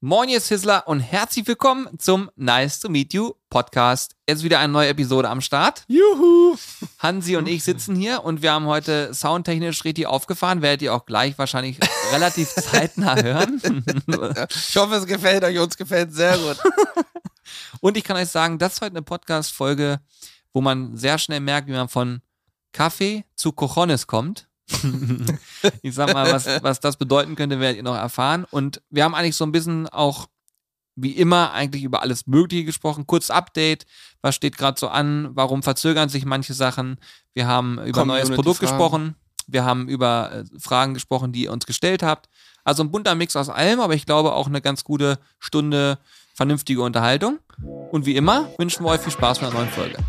Moin, ihr Sizzler und herzlich willkommen zum Nice to Meet You Podcast. Es ist wieder eine neue Episode am Start. Juhu! Hansi und ich sitzen hier und wir haben heute soundtechnisch richtig aufgefahren. Werdet ihr auch gleich wahrscheinlich relativ zeitnah hören. Ich hoffe, es gefällt euch. Uns gefällt sehr gut. Und ich kann euch sagen, das ist heute eine Podcast-Folge, wo man sehr schnell merkt, wie man von Kaffee zu Cojones kommt. Ich sag mal, was das bedeuten könnte, werdet ihr noch erfahren. Und wir haben eigentlich so ein bisschen auch, wie immer, eigentlich über alles Mögliche gesprochen. Kurz Update, was steht gerade so an, warum verzögern sich manche Sachen. Wir haben über ein neues Produkt gesprochen. Wir haben über Fragen gesprochen, die ihr uns gestellt habt. Also ein bunter Mix aus allem, aber ich glaube auch eine ganz gute Stunde vernünftige Unterhaltung. Und wie immer wünschen wir euch viel Spaß mit einer neuen Folge.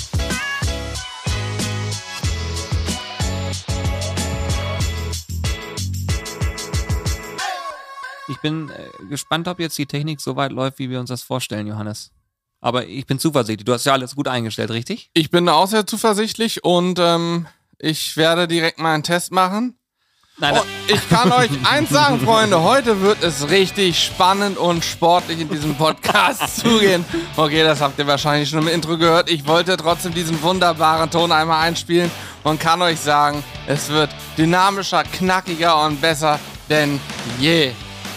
Ich bin gespannt, ob jetzt die Technik so weit läuft, wie wir uns das vorstellen, Johannes. Aber ich bin zuversichtlich. Du hast ja alles gut eingestellt, richtig? Ich bin auch sehr zuversichtlich und ich werde direkt mal einen Test machen. Nein, und ich kann euch eins sagen, Freunde. Heute wird es richtig spannend und sportlich in diesem Podcast zugehen. Okay, das habt ihr wahrscheinlich schon im Intro gehört. Ich wollte trotzdem diesen wunderbaren Ton einmal einspielen und kann euch sagen, es wird dynamischer, knackiger und besser denn je.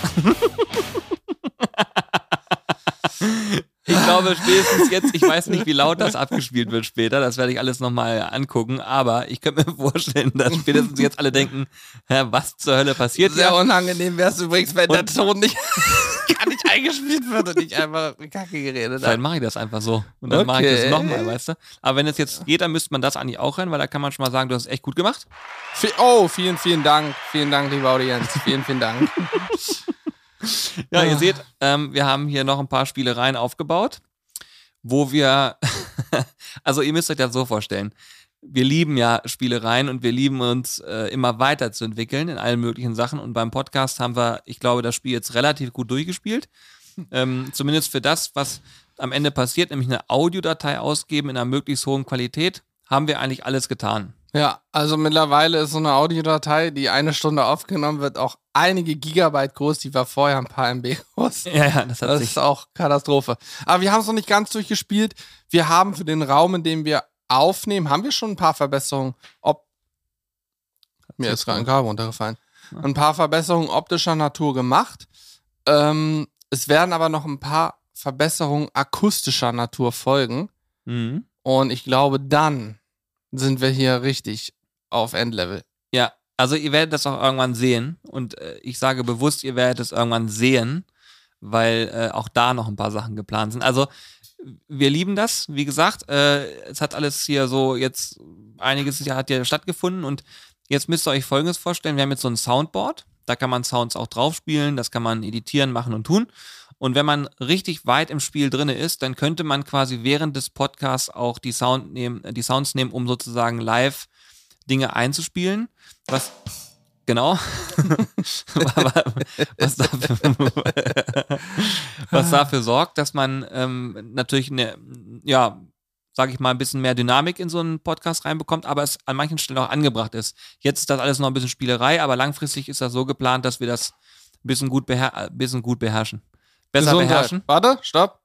Ich glaube spätestens jetzt, ich weiß nicht, wie laut das abgespielt wird später, das werde ich alles nochmal angucken, aber ich könnte mir vorstellen, dass spätestens jetzt alle denken, was zur Hölle passiert hier? Sehr unangenehm wäre es übrigens, wenn der Ton nicht eingespielt wird und nicht einfach Kacke geredet hat. Dann mache ich das einfach so und dann mache ich das nochmal, weißt du? Aber wenn es jetzt geht, dann müsste man das eigentlich auch rennen, weil da kann man schon mal sagen, du hast es echt gut gemacht. Oh, vielen, vielen Dank. Vielen Dank, liebe Audienz. Vielen, vielen Dank. Ja, ihr seht, wir haben hier noch ein paar Spielereien aufgebaut, wo wir, also ihr müsst euch das so vorstellen, wir lieben ja Spielereien und wir lieben uns immer weiterzuentwickeln in allen möglichen Sachen und beim Podcast haben wir, ich glaube, das Spiel jetzt relativ gut durchgespielt, zumindest für das, was am Ende passiert, nämlich eine Audiodatei ausgeben in einer möglichst hohen Qualität, haben wir eigentlich alles getan. Ja, also mittlerweile ist so eine Audiodatei, die 1 Stunde aufgenommen wird, auch einige Gigabyte groß, die war vorher ein paar MB groß. Ja, das ist auch Katastrophe. Aber wir haben es noch nicht ganz durchgespielt. Wir haben für den Raum, in dem wir aufnehmen, haben wir schon ein paar Verbesserungen. Mir ist gerade ein Kabel runtergefallen. Ja. Ein paar Verbesserungen optischer Natur gemacht. Es werden aber noch ein paar Verbesserungen akustischer Natur folgen. Mhm. Und ich glaube, dann sind wir hier richtig auf Endlevel. Ja, also ihr werdet das auch irgendwann sehen und ich sage bewusst, ihr werdet es irgendwann sehen, weil auch da noch ein paar Sachen geplant sind. Also wir lieben das, wie gesagt, es hat alles hier so jetzt, einiges hat ja stattgefunden und jetzt müsst ihr euch Folgendes vorstellen, wir haben jetzt so ein Soundboard, da kann man Sounds auch drauf spielen, das kann man editieren, machen und tun. Und wenn man richtig weit im Spiel drin ist, dann könnte man quasi während des Podcasts auch die Sounds nehmen, um sozusagen live Dinge einzuspielen. Was genau? was dafür sorgt, dass man natürlich sage ich mal, ein bisschen mehr Dynamik in so einen Podcast reinbekommt, aber es an manchen Stellen auch angebracht ist. Jetzt ist das alles noch ein bisschen Spielerei, aber langfristig ist das so geplant, dass wir das ein bisschen gut beherrschen. Besser Gesundheit. Beherrschen. Warte, stopp.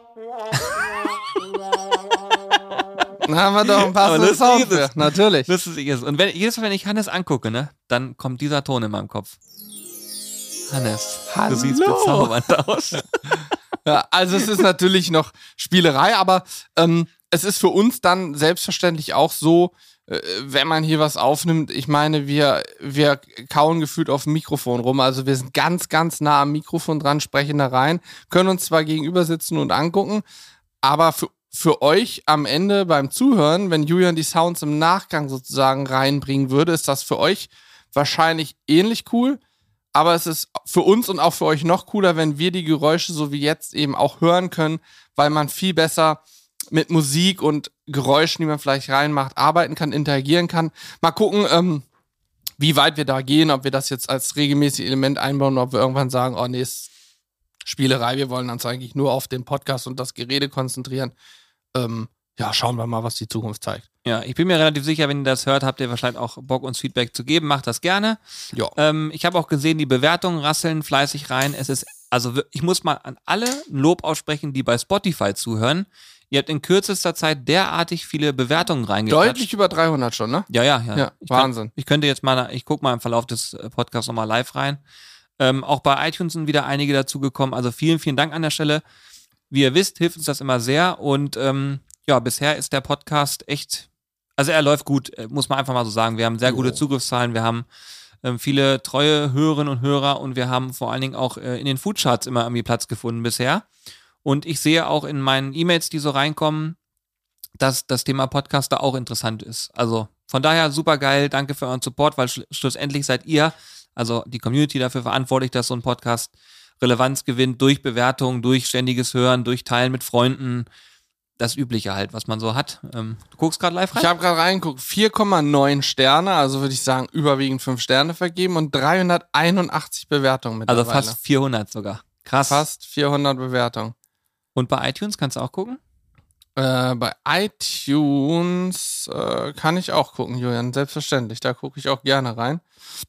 Dann haben wir doch ein passendes Sound für. Natürlich. Lustig ist. Und jedes Mal, wenn ich Hannes angucke, ne, dann kommt dieser Ton in meinem Kopf. Hannes, hallo. Du siehst bezaubernd aus. Ja, also es ist natürlich noch Spielerei, aber es ist für uns dann selbstverständlich auch so, wenn man hier was aufnimmt, ich meine, wir kauen gefühlt auf dem Mikrofon rum, also wir sind ganz, ganz nah am Mikrofon dran, sprechen da rein, können uns zwar gegenüber sitzen und angucken, aber für euch am Ende beim Zuhören, wenn Julian die Sounds im Nachgang sozusagen reinbringen würde, ist das für euch wahrscheinlich ähnlich cool, aber es ist für uns und auch für euch noch cooler, wenn wir die Geräusche so wie jetzt eben auch hören können, weil man viel besser mit Musik und Geräuschen, die man vielleicht reinmacht, arbeiten kann, interagieren kann. Mal gucken, wie weit wir da gehen, ob wir das jetzt als regelmäßiges Element einbauen, ob wir irgendwann sagen, oh nee, ist Spielerei, wir wollen uns eigentlich nur auf den Podcast und das Gerede konzentrieren. Ja, schauen wir mal, was die Zukunft zeigt. Ja, ich bin mir relativ sicher, wenn ihr das hört, habt ihr wahrscheinlich auch Bock, uns Feedback zu geben. Macht das gerne. Ja. Ich habe auch gesehen, die Bewertungen rasseln fleißig rein. Es ist Also ich muss mal an alle ein Lob aussprechen, die bei Spotify zuhören. Ihr habt in kürzester Zeit derartig viele Bewertungen reingeklatscht. Deutlich über 300 schon, ne? Ja. Wahnsinn. Ich könnte jetzt mal, ich gucke mal im Verlauf des Podcasts nochmal live rein. Auch bei iTunes sind wieder einige dazugekommen. Also vielen, vielen Dank an der Stelle. Wie ihr wisst, hilft uns das immer sehr. Und bisher ist der Podcast echt, also er läuft gut, muss man einfach mal so sagen. Wir haben sehr gute Zugriffszahlen. Wir haben viele treue Hörerinnen und Hörer und wir haben vor allen Dingen auch in den Foodcharts immer irgendwie Platz gefunden bisher. Und ich sehe auch in meinen E-Mails, die so reinkommen, dass das Thema Podcast da auch interessant ist. Also von daher super geil, danke für euren Support, weil schlussendlich seid ihr, also die Community, dafür verantwortlich, dass so ein Podcast Relevanz gewinnt durch Bewertungen, durch ständiges Hören, durch Teilen mit Freunden. Das Übliche halt, was man so hat. Du guckst gerade live rein? Ich habe gerade reingeguckt, 4,9 Sterne, also würde ich sagen überwiegend 5 Sterne vergeben und 381 Bewertungen mittlerweile. Also fast 400 sogar. Krass. Fast 400 Bewertungen. Und bei iTunes kannst du auch gucken? Bei iTunes kann ich auch gucken, Julian, selbstverständlich. Da gucke ich auch gerne rein.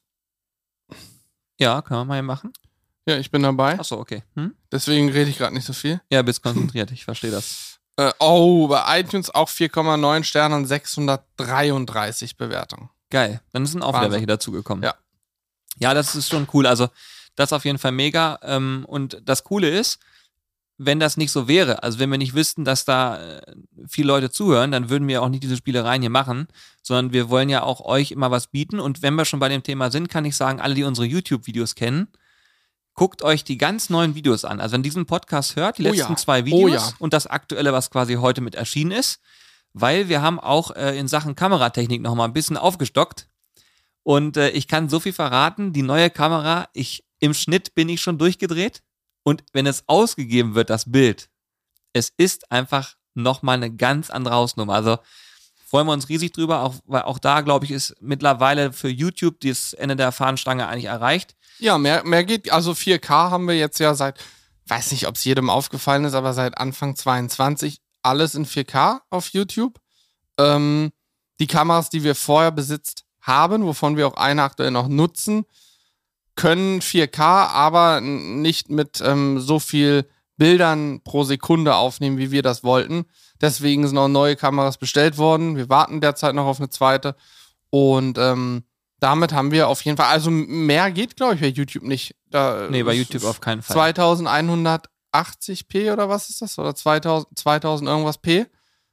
Ja, können wir mal hier machen. Ja, ich bin dabei. Achso, okay. Deswegen rede ich gerade nicht so viel. Ja, bist konzentriert, ich verstehe das. Bei iTunes auch 4,9 Sterne und 633 Bewertungen. Geil, dann sind auch wieder welche dazugekommen. Ja. Ja, das ist schon cool. Also, das ist auf jeden Fall mega. Und das Coole ist, wenn das nicht so wäre, also wenn wir nicht wüssten, dass da viele Leute zuhören, dann würden wir auch nicht diese Spielereien hier machen, sondern wir wollen ja auch euch immer was bieten. Und wenn wir schon bei dem Thema sind, kann ich sagen, alle, die unsere YouTube-Videos kennen, guckt euch die ganz neuen Videos an. Also wenn diesen Podcast hört, die letzten 2 Videos und das aktuelle, was quasi heute mit erschienen ist, weil wir haben auch in Sachen Kameratechnik nochmal ein bisschen aufgestockt. Und ich kann so viel verraten, die neue Kamera, im Schnitt bin ich schon durchgedreht. Und wenn es ausgegeben wird, das Bild, es ist einfach nochmal eine ganz andere Hausnummer. Also freuen wir uns riesig drüber, weil auch da, glaube ich, ist mittlerweile für YouTube das Ende der Fahnenstange eigentlich erreicht. Ja, mehr geht, also 4K haben wir jetzt ja seit, weiß nicht, ob es jedem aufgefallen ist, aber seit Anfang 22 alles in 4K auf YouTube. Die Kameras, die wir vorher besitzt haben, wovon wir auch eine aktuell noch nutzen, können 4K, aber nicht mit so viel Bildern pro Sekunde aufnehmen, wie wir das wollten. Deswegen sind auch neue Kameras bestellt worden. Wir warten derzeit noch auf eine zweite. Und damit haben wir auf jeden Fall, also mehr geht, glaube ich, bei YouTube nicht. Nee, bei YouTube auf keinen Fall. 2180p oder was ist das? Oder 2000 irgendwas P.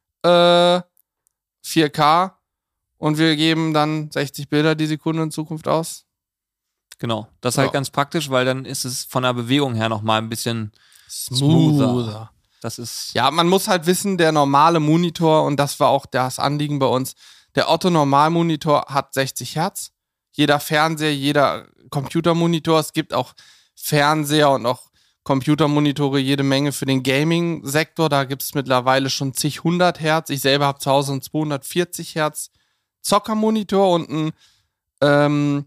4K. Und wir geben dann 60 Bilder die Sekunde in Zukunft aus. Genau, das ist halt ganz praktisch, weil dann ist es von der Bewegung her nochmal ein bisschen smoother. Das ist. Ja, man muss halt wissen, der normale Monitor, und das war auch das Anliegen bei uns, der Otto-Normalmonitor hat 60 Hertz. Jeder Fernseher, jeder Computermonitor, es gibt auch Fernseher und auch Computermonitore jede Menge für den Gaming-Sektor. Da gibt es mittlerweile schon zig 100 Hertz. Ich selber habe zu Hause einen 240 Hertz Zockermonitor und einen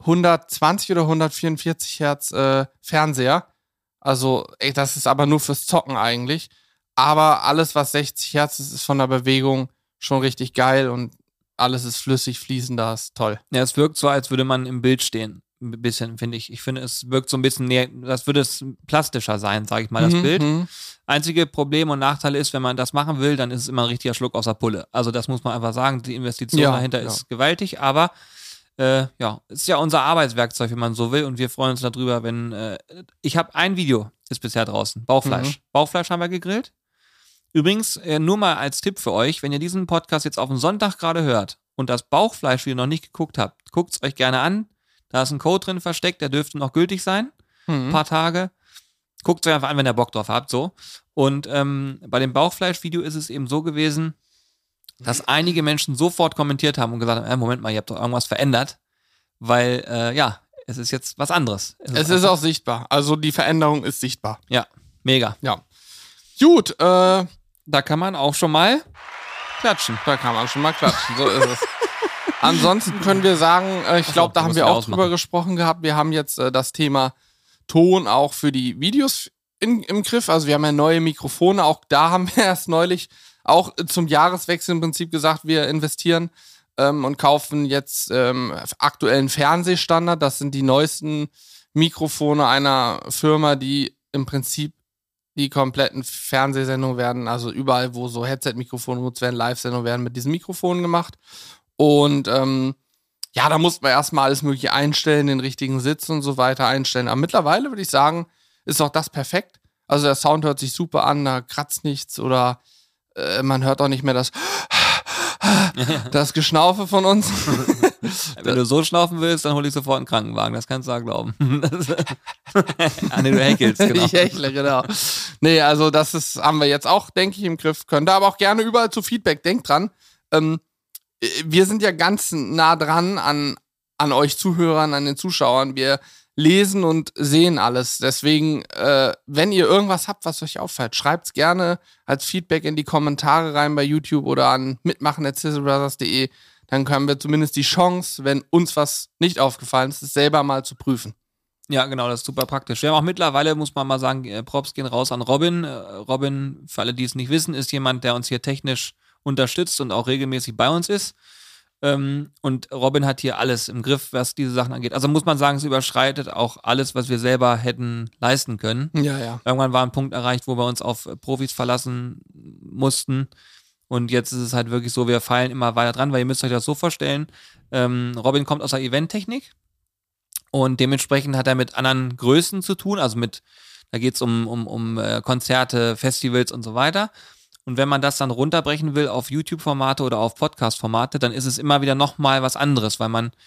120 oder 144 Hertz Fernseher. Also, das ist aber nur fürs Zocken eigentlich. Aber alles, was 60 Hertz ist, ist von der Bewegung schon richtig geil und alles ist flüssig, fließend, das ist toll. Ja, es wirkt so, als würde man im Bild stehen. Ein bisschen, finde ich. Ich finde, es wirkt so ein bisschen näher, das würde es plastischer sein, sage ich mal, das Bild. Einzige Problem und Nachteil ist, wenn man das machen will, dann ist es immer ein richtiger Schluck aus der Pulle. Also das muss man einfach sagen, die Investition dahinter ist gewaltig, aber es ist ja unser Arbeitswerkzeug, wenn man so will, und wir freuen uns darüber, wenn ich habe ein Video, ist bisher draußen, Bauchfleisch. Bauchfleisch haben wir gegrillt. Übrigens, nur mal als Tipp für euch, wenn ihr diesen Podcast jetzt auf den Sonntag gerade hört und das Bauchfleisch, wie ihr noch nicht geguckt habt, guckt es euch gerne an. Da ist ein Code drin versteckt, der dürfte noch gültig sein. Ein paar Tage. Guckt es euch einfach an, wenn ihr Bock drauf habt. So. Und bei dem Bauchfleisch-Video ist es eben so gewesen, dass einige Menschen sofort kommentiert haben und gesagt haben, Moment mal, ihr habt doch irgendwas verändert. Weil, es ist jetzt was anderes. Es ist auch sichtbar. Also die Veränderung ist sichtbar. Ja, mega. Ja. Gut, da kann man auch schon mal klatschen. So ist es. Ansonsten können wir sagen, ich glaube, da haben wir auch drüber gesprochen gehabt. Wir haben jetzt das Thema Ton auch für die Videos im Griff. Also wir haben ja neue Mikrofone. Auch da haben wir erst neulich auch zum Jahreswechsel im Prinzip gesagt, wir investieren und kaufen jetzt aktuellen Fernsehstandard. Das sind die neuesten Mikrofone einer Firma, die im Prinzip die kompletten Fernsehsendungen werden, also überall, wo so Headset-Mikrofone genutzt werden, Live-Sendungen werden mit diesen Mikrofonen gemacht. Und da musste man erstmal alles Mögliche einstellen, den richtigen Sitz und so weiter einstellen. Aber mittlerweile würde ich sagen, ist auch das perfekt. Also der Sound hört sich super an, da kratzt nichts oder man hört auch nicht mehr das Geschnaufe von uns. Wenn du so schnaufen willst, dann hole ich sofort einen Krankenwagen, das kannst du ja glauben. Du hechelst, genau. Ich hechle, genau. Nee, also haben wir jetzt auch, denke ich, im Griff. Könnt ihr aber auch gerne überall zu Feedback. Denkt dran, wir sind ja ganz nah dran an euch Zuhörern, an den Zuschauern. Wir lesen und sehen alles. Deswegen, wenn ihr irgendwas habt, was euch auffällt, schreibt's gerne als Feedback in die Kommentare rein bei YouTube oder an mitmachen@sizzlebrothers.de. Dann können wir zumindest die Chance, wenn uns was nicht aufgefallen ist, es selber mal zu prüfen. Ja, genau, das ist super praktisch. Wir haben auch mittlerweile, muss man mal sagen, Props gehen raus an Robin. Robin, für alle, die es nicht wissen, ist jemand, der uns hier technisch unterstützt und auch regelmäßig bei uns ist. Und Robin hat hier alles im Griff, was diese Sachen angeht. Also muss man sagen, es überschreitet auch alles, was wir selber hätten leisten können. Ja. Irgendwann war ein Punkt erreicht, wo wir uns auf Profis verlassen mussten. Und jetzt ist es halt wirklich so, wir feilen immer weiter dran, weil ihr müsst euch das so vorstellen, Robin kommt aus der Eventtechnik und dementsprechend hat er mit anderen Größen zu tun, also da geht es um Konzerte, Festivals und so weiter. Und wenn man das dann runterbrechen will auf YouTube-Formate oder auf Podcast-Formate, dann ist es immer wieder nochmal was anderes, weil man,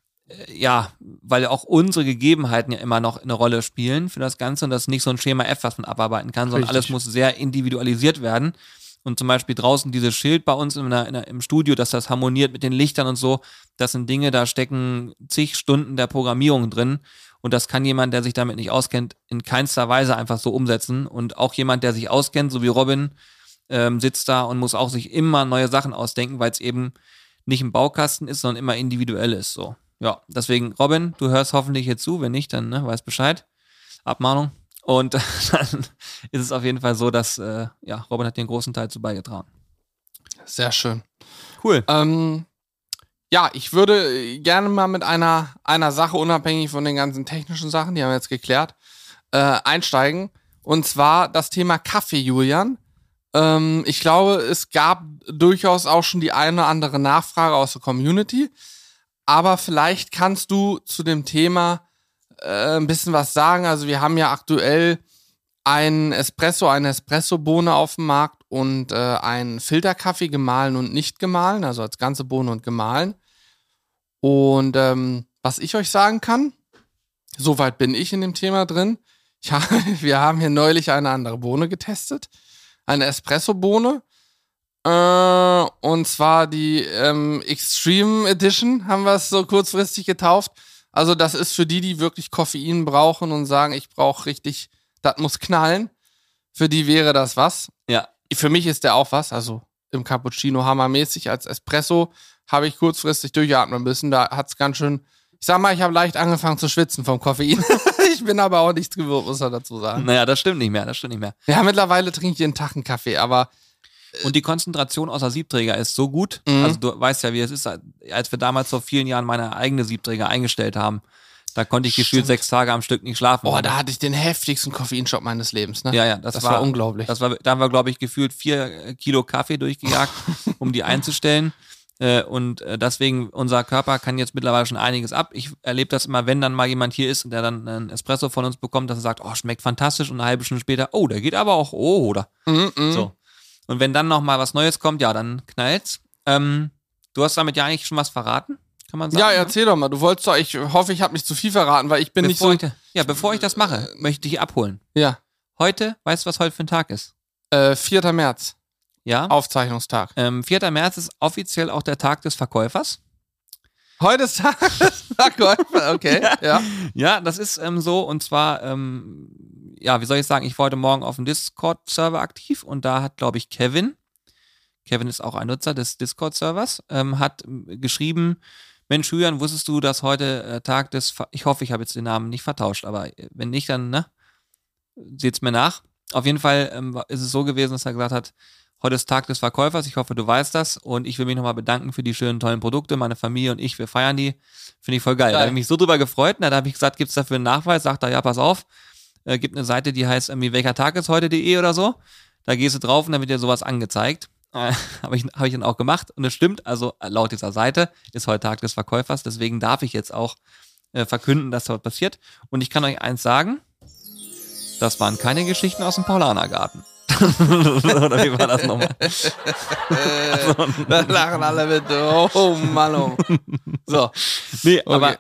weil auch unsere Gegebenheiten ja immer noch eine Rolle spielen für das Ganze und das ist nicht so ein Schema F, was man abarbeiten kann, sondern alles muss sehr individualisiert werden. Und zum Beispiel draußen dieses Schild bei uns im Studio, dass das harmoniert mit den Lichtern und so, das sind Dinge, da stecken zig Stunden der Programmierung drin. Und das kann jemand, der sich damit nicht auskennt, in keinster Weise einfach so umsetzen. Und auch jemand, der sich auskennt, so wie Robin, sitzt da und muss auch sich immer neue Sachen ausdenken, weil es eben nicht ein Baukasten ist, sondern immer individuell ist. So. Ja, deswegen, Robin, du hörst hoffentlich hier zu. Wenn nicht, dann weißt Bescheid. Abmahnung. Und dann ist es auf jeden Fall so, dass Robin hat den großen Teil zu beigetragen. Sehr schön. Cool. Ich würde gerne mal mit einer Sache, unabhängig von den ganzen technischen Sachen, die haben wir jetzt geklärt, einsteigen. Und zwar das Thema Kaffee, Julian. Ich glaube, es gab durchaus auch schon die eine oder andere Nachfrage aus der Community. Aber vielleicht kannst du zu dem Thema ein bisschen was sagen. Also wir haben ja aktuell eine Espresso-Bohne auf dem Markt und einen Filterkaffee gemahlen und nicht gemahlen, also als ganze Bohne und gemahlen. Und was ich euch sagen kann, soweit bin ich in dem Thema drin. Wir haben hier neulich eine andere Bohne getestet, eine Espresso-Bohne. Und zwar die Extreme Edition haben wir es so kurzfristig getauft. Also das ist für die wirklich Koffein brauchen und sagen, ich brauche richtig, das muss knallen. Für die wäre das was. Ja. Für mich ist der auch was. Also im Cappuccino hammermäßig. Als Espresso habe ich kurzfristig durchatmen müssen. Da hat es ganz schön, ich sag mal, ich habe leicht angefangen zu schwitzen vom Koffein. Ich bin aber auch nichts gewöhnt, muss man dazu sagen. Naja, das stimmt nicht mehr. Ja, mittlerweile trinke ich jeden Tag einen Kaffee, aber und die Konzentration außer Siebträger ist so gut. Also du weißt ja, wie es ist, als wir damals vor vielen Jahren meine eigene Siebträger eingestellt haben. Da konnte ich gefühlt 6 Tage am Stück nicht schlafen. Boah, da hatte ich den heftigsten Koffeinschock meines Lebens, ne? Ja, das war unglaublich. Da haben wir, glaube ich, gefühlt 4 Kilo Kaffee durchgejagt, um die einzustellen. Und deswegen, unser Körper kann jetzt mittlerweile schon einiges ab. Ich erlebe das immer, wenn dann mal jemand hier ist und der dann einen Espresso von uns bekommt, dass er sagt, oh, schmeckt fantastisch und eine halbe Stunde später, oh, der geht aber auch, oder? So. Und wenn dann noch mal was Neues kommt, ja, dann knallt's. Du hast damit ja eigentlich schon was verraten, kann man sagen. Ja, erzähl doch mal. Du wolltest doch, ich hoffe, ich habe nicht zu viel verraten, weil ich bin bevor ich das mache, möchte ich dich abholen. Ja. Heute, weißt du, was heute für ein Tag ist? 4. März. Ja. Aufzeichnungstag. 4. März ist offiziell auch der Tag des Verkäufers. Heute ist Tag des Verkäufers, okay. Ja, das ist so, und zwar, wie soll ich sagen, ich war heute Morgen auf dem Discord-Server aktiv und da hat, glaube ich, Kevin ist auch ein Nutzer des Discord-Servers, hat geschrieben, Mensch, Julian, wusstest du, dass heute Tag des, ich hoffe, ich habe jetzt den Namen nicht vertauscht, aber wenn nicht, dann, seht's mir nach. Auf jeden Fall ist es so gewesen, dass er gesagt hat, Heute ist Tag des Verkäufers, ich hoffe, du weißt das und ich will mich nochmal bedanken für die schönen, tollen Produkte. Meine Familie und ich, wir feiern die. Finde ich voll geil. Da habe ich mich so drüber gefreut. Da habe ich gesagt, gibt's dafür einen Nachweis? Sagt er, ja, pass auf. Gibt eine Seite, die heißt irgendwie welchertagisheude.de oder so. Da gehst du drauf und dann wird dir sowas angezeigt. Habe ich dann auch gemacht und es stimmt, also laut dieser Seite ist heute Tag des Verkäufers, deswegen darf ich jetzt auch verkünden, dass dort passiert. Und ich kann euch eins sagen, das waren keine Geschichten aus dem Paulanergarten. Oder wie war das nochmal? Da lachen alle mit, oh Mann, oh. So. Nee, okay. Aber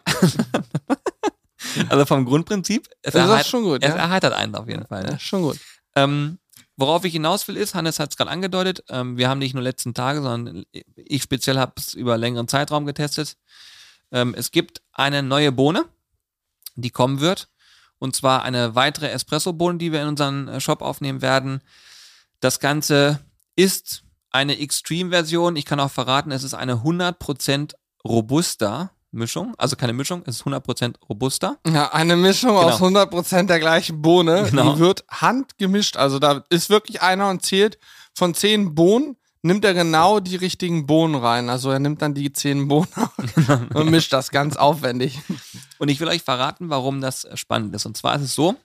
also vom Grundprinzip, es erheitert einen auf jeden Fall. Ne? Ja, schon gut. Worauf ich hinaus will ist, Hannes hat es gerade angedeutet, wir haben nicht nur letzten Tage, sondern ich speziell habe es über einen längeren Zeitraum getestet. Es gibt eine neue Bohne, die kommen wird. Und zwar eine weitere Espresso-Bohne, die wir in unseren Shop aufnehmen werden. Das Ganze ist eine Extreme-Version. Ich kann auch verraten, es ist eine 100% Robusta-Mischung. Also keine Mischung, es ist 100% Robusta. Ja, eine Mischung aus 100% der gleichen Bohne. Genau. Die wird handgemischt. Also da ist wirklich einer und zählt von 10 Bohnen, nimmt er genau die richtigen Bohnen rein. Also er nimmt dann die 10 Bohnen und mischt das ganz aufwendig. Und ich will euch verraten, warum das spannend ist. Und zwar ist es so,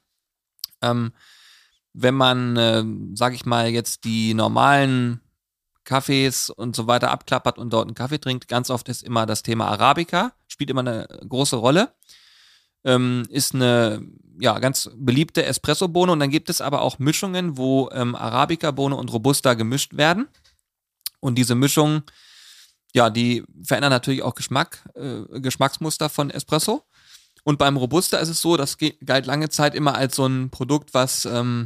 wenn man, sag ich mal, jetzt die normalen Kaffees und so weiter abklappert und dort einen Kaffee trinkt, ganz oft ist immer das Thema Arabica, spielt immer eine große Rolle. Ist eine ganz beliebte Espresso-Bohne und dann gibt es aber auch Mischungen, wo Arabica-Bohne und Robusta gemischt werden. Und diese Mischungen, die verändern natürlich auch Geschmacksmuster von Espresso. Und beim Robusta ist es so, das galt lange Zeit immer als so ein Produkt, was,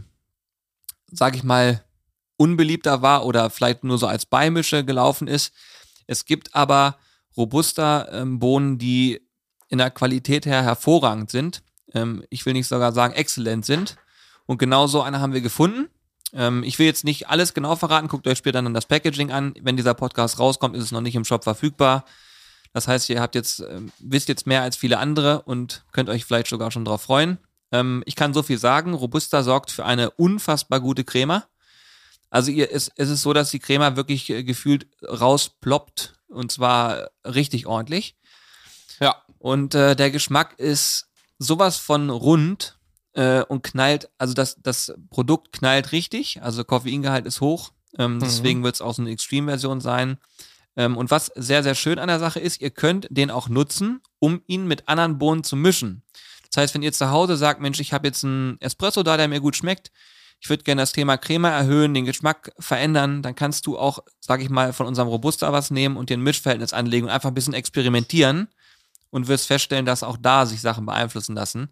sag ich mal, unbeliebter war oder vielleicht nur so als Beimische gelaufen ist. Es gibt aber Robusta-Bohnen, die in der Qualität her hervorragend sind. Ich will nicht sogar sagen exzellent sind. Und genau so eine haben wir gefunden. Ich will jetzt nicht alles genau verraten, guckt euch später dann das Packaging an. Wenn dieser Podcast rauskommt, ist es noch nicht im Shop verfügbar. Das heißt, ihr habt wisst jetzt mehr als viele andere und könnt euch vielleicht sogar schon drauf freuen. Ich kann so viel sagen, Robusta sorgt für eine unfassbar gute Crema. Also es ist so, dass die Crema wirklich gefühlt rausploppt und zwar richtig ordentlich. Ja. Und der Geschmack ist sowas von rund und knallt, also das Produkt knallt richtig, also Koffeingehalt ist hoch, deswegen wird es auch so eine Extreme-Version sein. Und was sehr, sehr schön an der Sache ist, ihr könnt den auch nutzen, um ihn mit anderen Bohnen zu mischen. Das heißt, wenn ihr zu Hause sagt, Mensch, ich habe jetzt einen Espresso da, der mir gut schmeckt, ich würde gerne das Thema Crema erhöhen, den Geschmack verändern, dann kannst du auch, sag ich mal, von unserem Robusta was nehmen und dir ein Mischverhältnis anlegen und einfach ein bisschen experimentieren und wirst feststellen, dass auch da sich Sachen beeinflussen lassen.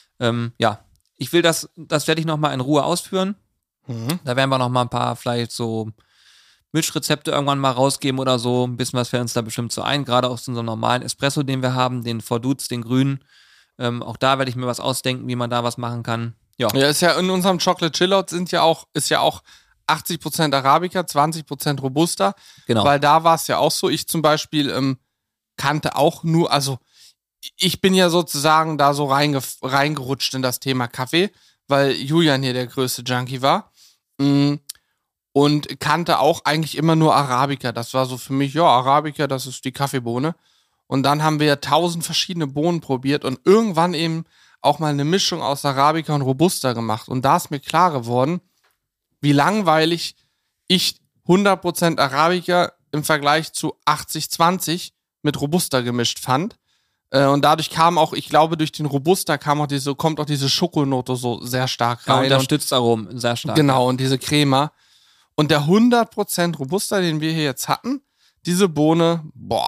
Ich will das werde ich nochmal in Ruhe ausführen. Da werden wir nochmal ein paar vielleicht so Mischrezepte irgendwann mal rausgeben oder so. Ein bisschen was fällt uns da bestimmt so ein, gerade aus unserem normalen Espresso, den wir haben, den Forduts, den grünen. Auch da werde ich mir was ausdenken, wie man da was machen kann. Ja, ist ja in unserem Chocolate Chillout ist ja auch 80% Arabica, 20% Robusta. Genau. Weil da war es ja auch so, ich zum Beispiel kannte auch nur, also ich bin ja sozusagen da so reingerutscht in das Thema Kaffee, weil Julian hier der größte Junkie war. Und kannte auch eigentlich immer nur Arabica. Das war so für mich, Arabica, das ist die Kaffeebohne. Und dann haben wir 1000 verschiedene Bohnen probiert und irgendwann eben auch mal eine Mischung aus Arabica und Robusta gemacht. Und da ist mir klar geworden, wie langweilig ich 100% Arabica im Vergleich zu 80-20 mit Robusta gemischt fand. Und dadurch kam auch, ich glaube, durch den Robusta kommt auch diese Schokonote so sehr stark rein. Ja, unterstützt Aromen sehr stark. Genau, und diese Crema. Und der 100% Robusta, den wir hier jetzt hatten, diese Bohne,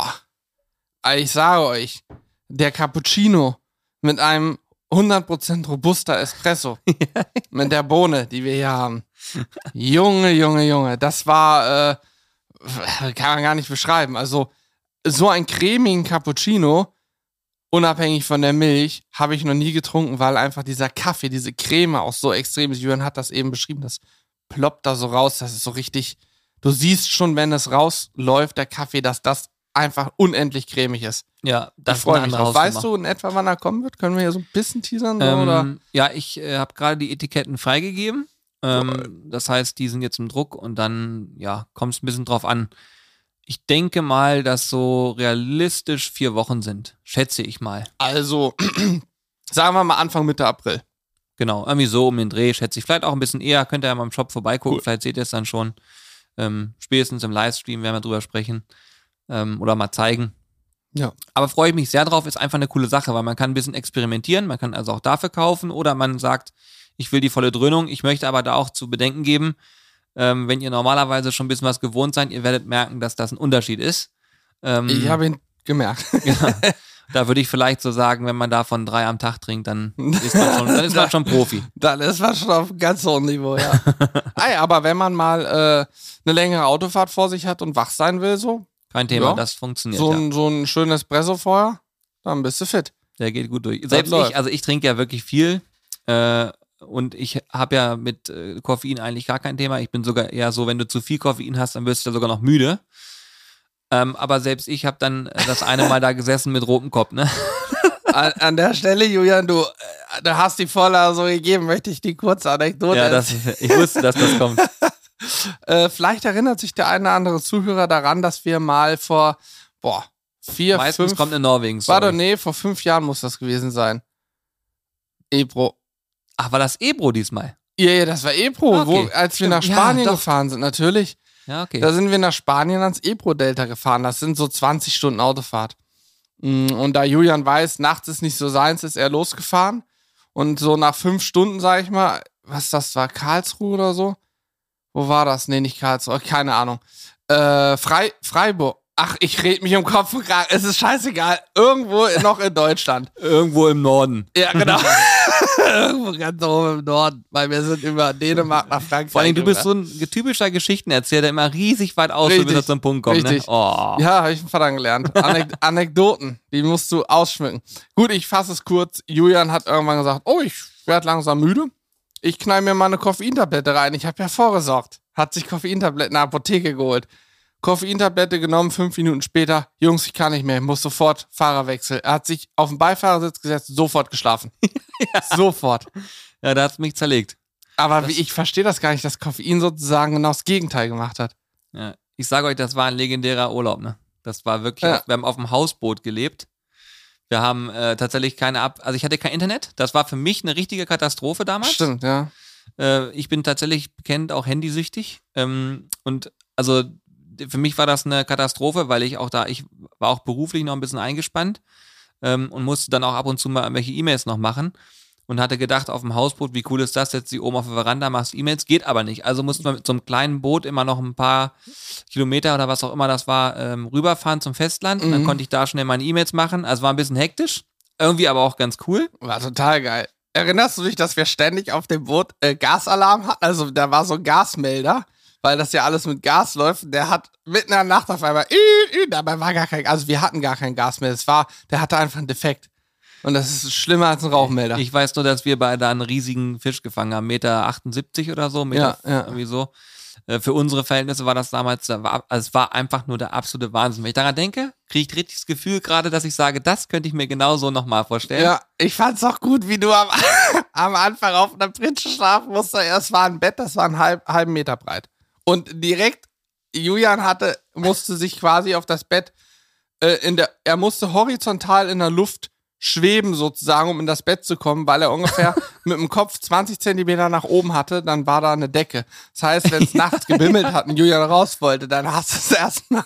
ich sage euch, der Cappuccino mit einem 100% Robusta Espresso, mit der Bohne, die wir hier haben. Junge, das war, kann man gar nicht beschreiben. Also, so einen cremigen Cappuccino, unabhängig von der Milch, habe ich noch nie getrunken, weil einfach dieser Kaffee, diese Creme auch so extrem ist. Jürgen hat das eben beschrieben, das ploppt da so raus, das ist so richtig, du siehst schon, wenn es rausläuft, der Kaffee, dass das einfach unendlich cremig ist. Ja, das freue mich drauf. Weißt du in etwa, wann er kommen wird? Können wir hier so ein bisschen teasern? Oder? Ja, ich habe gerade die Etiketten freigegeben Das heißt, die sind jetzt im Druck und dann, ja, kommt es ein bisschen drauf an. Ich denke mal, dass so realistisch 4 Wochen sind. Schätze ich mal. Also, sagen wir mal Anfang Mitte April. Genau, irgendwie so um den Dreh, schätze ich. Vielleicht auch ein bisschen eher, könnt ihr ja mal im Shop vorbeigucken. Cool. Vielleicht seht ihr es dann schon. Spätestens im Livestream werden wir drüber sprechen. Oder mal zeigen. Ja. Aber freue ich mich sehr drauf, ist einfach eine coole Sache, weil man kann ein bisschen experimentieren, man kann also auch dafür kaufen oder man sagt, ich will die volle Dröhnung, ich möchte aber da auch zu bedenken geben, wenn ihr normalerweise schon ein bisschen was gewohnt seid, ihr werdet merken, dass das ein Unterschied ist. Ich habe ihn gemerkt. Ja, da würde ich vielleicht so sagen, wenn man davon 3 am Tag trinkt, dann ist man schon Profi. Dann ist man schon auf einem ganz hohen Niveau, ja. Aber wenn man mal eine längere Autofahrt vor sich hat und wach sein will, so. Kein Thema, Ja. das funktioniert. So ein schönes Espresso vorher, dann bist du fit. Der geht gut durch. Selbst ich trinke ja wirklich viel und ich habe ja mit Koffein eigentlich gar kein Thema. Ich bin sogar eher so, wenn du zu viel Koffein hast, dann wirst du ja sogar noch müde. Aber selbst ich habe dann das eine Mal da gesessen mit rotem Kopf, ne? An der Stelle, Julian, du hast die Vorlage so gegeben, möchte ich die kurze Anekdote erzählen. Ich wusste, dass das kommt. Vielleicht erinnert sich der eine oder andere Zuhörer daran, dass wir mal vor 4, Meistens 5... kommt in Norwegen. vor 5 Jahren muss das gewesen sein. Ebro. Ach, war das Ebro diesmal? Ja, das war Ebro, Okay, als wir nach Spanien gefahren sind, natürlich. Ja, okay. Da sind wir nach Spanien ans Ebro-Delta gefahren. Das sind so 20 Stunden Autofahrt. Und da Julian weiß, nachts ist nicht so seins, ist er losgefahren. Und so nach 5 Stunden, sag ich mal, was das war, Karlsruhe oder so? Wo war das? Nee, nicht Karlsruhe, keine Ahnung. Freiburg. Ach, ich red mich im Kopf und Kragen. Es ist scheißegal. Irgendwo noch in Deutschland. Irgendwo im Norden. Ja, genau. Irgendwo ganz oben im Norden. Weil wir sind über Dänemark nach Frankreich. Vor allem, du bist so ein typischer Geschichtenerzähler, der immer riesig weit ausholt, bis er zum Punkt kommt. Richtig. Ne? Oh. Ja, habe ich einen Vater gelernt. Anekdoten, die musst du ausschmücken. Gut, ich fasse es kurz. Julian hat irgendwann gesagt, ich werde langsam müde. Ich knall mir mal eine Koffeintablette rein. Ich habe ja vorgesorgt. Hat sich Koffeintabletten in der Apotheke geholt. Koffeintablette genommen, 5 Minuten später. Jungs, ich kann nicht mehr. Ich muss sofort Fahrerwechsel. Er hat sich auf den Beifahrersitz gesetzt, sofort geschlafen. Ja. Sofort. Ja, da hat es mich zerlegt. Aber ich verstehe das gar nicht, dass Koffein sozusagen genau das Gegenteil gemacht hat. Ja, ich sage euch, das war ein legendärer Urlaub, ne? Das war wirklich, wir haben auf dem Hausboot gelebt. Wir haben tatsächlich also ich hatte kein Internet. Das war für mich eine richtige Katastrophe damals. Stimmt, ja. Ich bin tatsächlich bekannt auch handysüchtig. Und also für mich war das eine Katastrophe, weil ich war auch beruflich noch ein bisschen eingespannt und musste dann auch ab und zu mal irgendwelche E-Mails noch machen und hatte gedacht, auf dem Hausboot, wie cool ist das, setzt dich oben auf der Veranda, machst E-Mails, geht aber nicht. Also musste man mit so einem kleinen Boot immer noch ein paar Kilometer oder was auch immer das war, rüberfahren zum Festland. Und dann konnte ich da schnell meine E-Mails machen. Also war ein bisschen hektisch, irgendwie aber auch ganz cool. War total geil. Erinnerst du dich, dass wir ständig auf dem Boot Gasalarm hatten? Also da war so ein Gasmelder, weil das ja alles mit Gas läuft. Der hat mitten in der Nacht auf einmal, dabei war gar kein, also wir hatten gar kein Gas mehr. Der hatte einfach einen Defekt. Und das ist schlimmer als ein Rauchmelder. Ich weiß nur, dass wir da einen riesigen Fisch gefangen haben, 1,78 Meter oder so, irgendwie so. Für unsere Verhältnisse war das damals, es war einfach nur der absolute Wahnsinn. Wenn ich daran denke, kriege ich richtig das Gefühl gerade, dass ich sage, das könnte ich mir genauso nochmal vorstellen. Ja, ich fand's auch gut, wie du am Anfang auf einer Pritsche schlafen musstest. Es war ein Bett, das war einen halben Meter breit. Und direkt, Julian musste sich quasi auf das Bett, er musste horizontal in der Luft schweben sozusagen, um in das Bett zu kommen, weil er ungefähr mit dem Kopf 20 Zentimeter nach oben hatte, dann war da eine Decke. Das heißt, wenn es nachts gebimmelt hat und Julian raus wollte, dann hast du es erstmal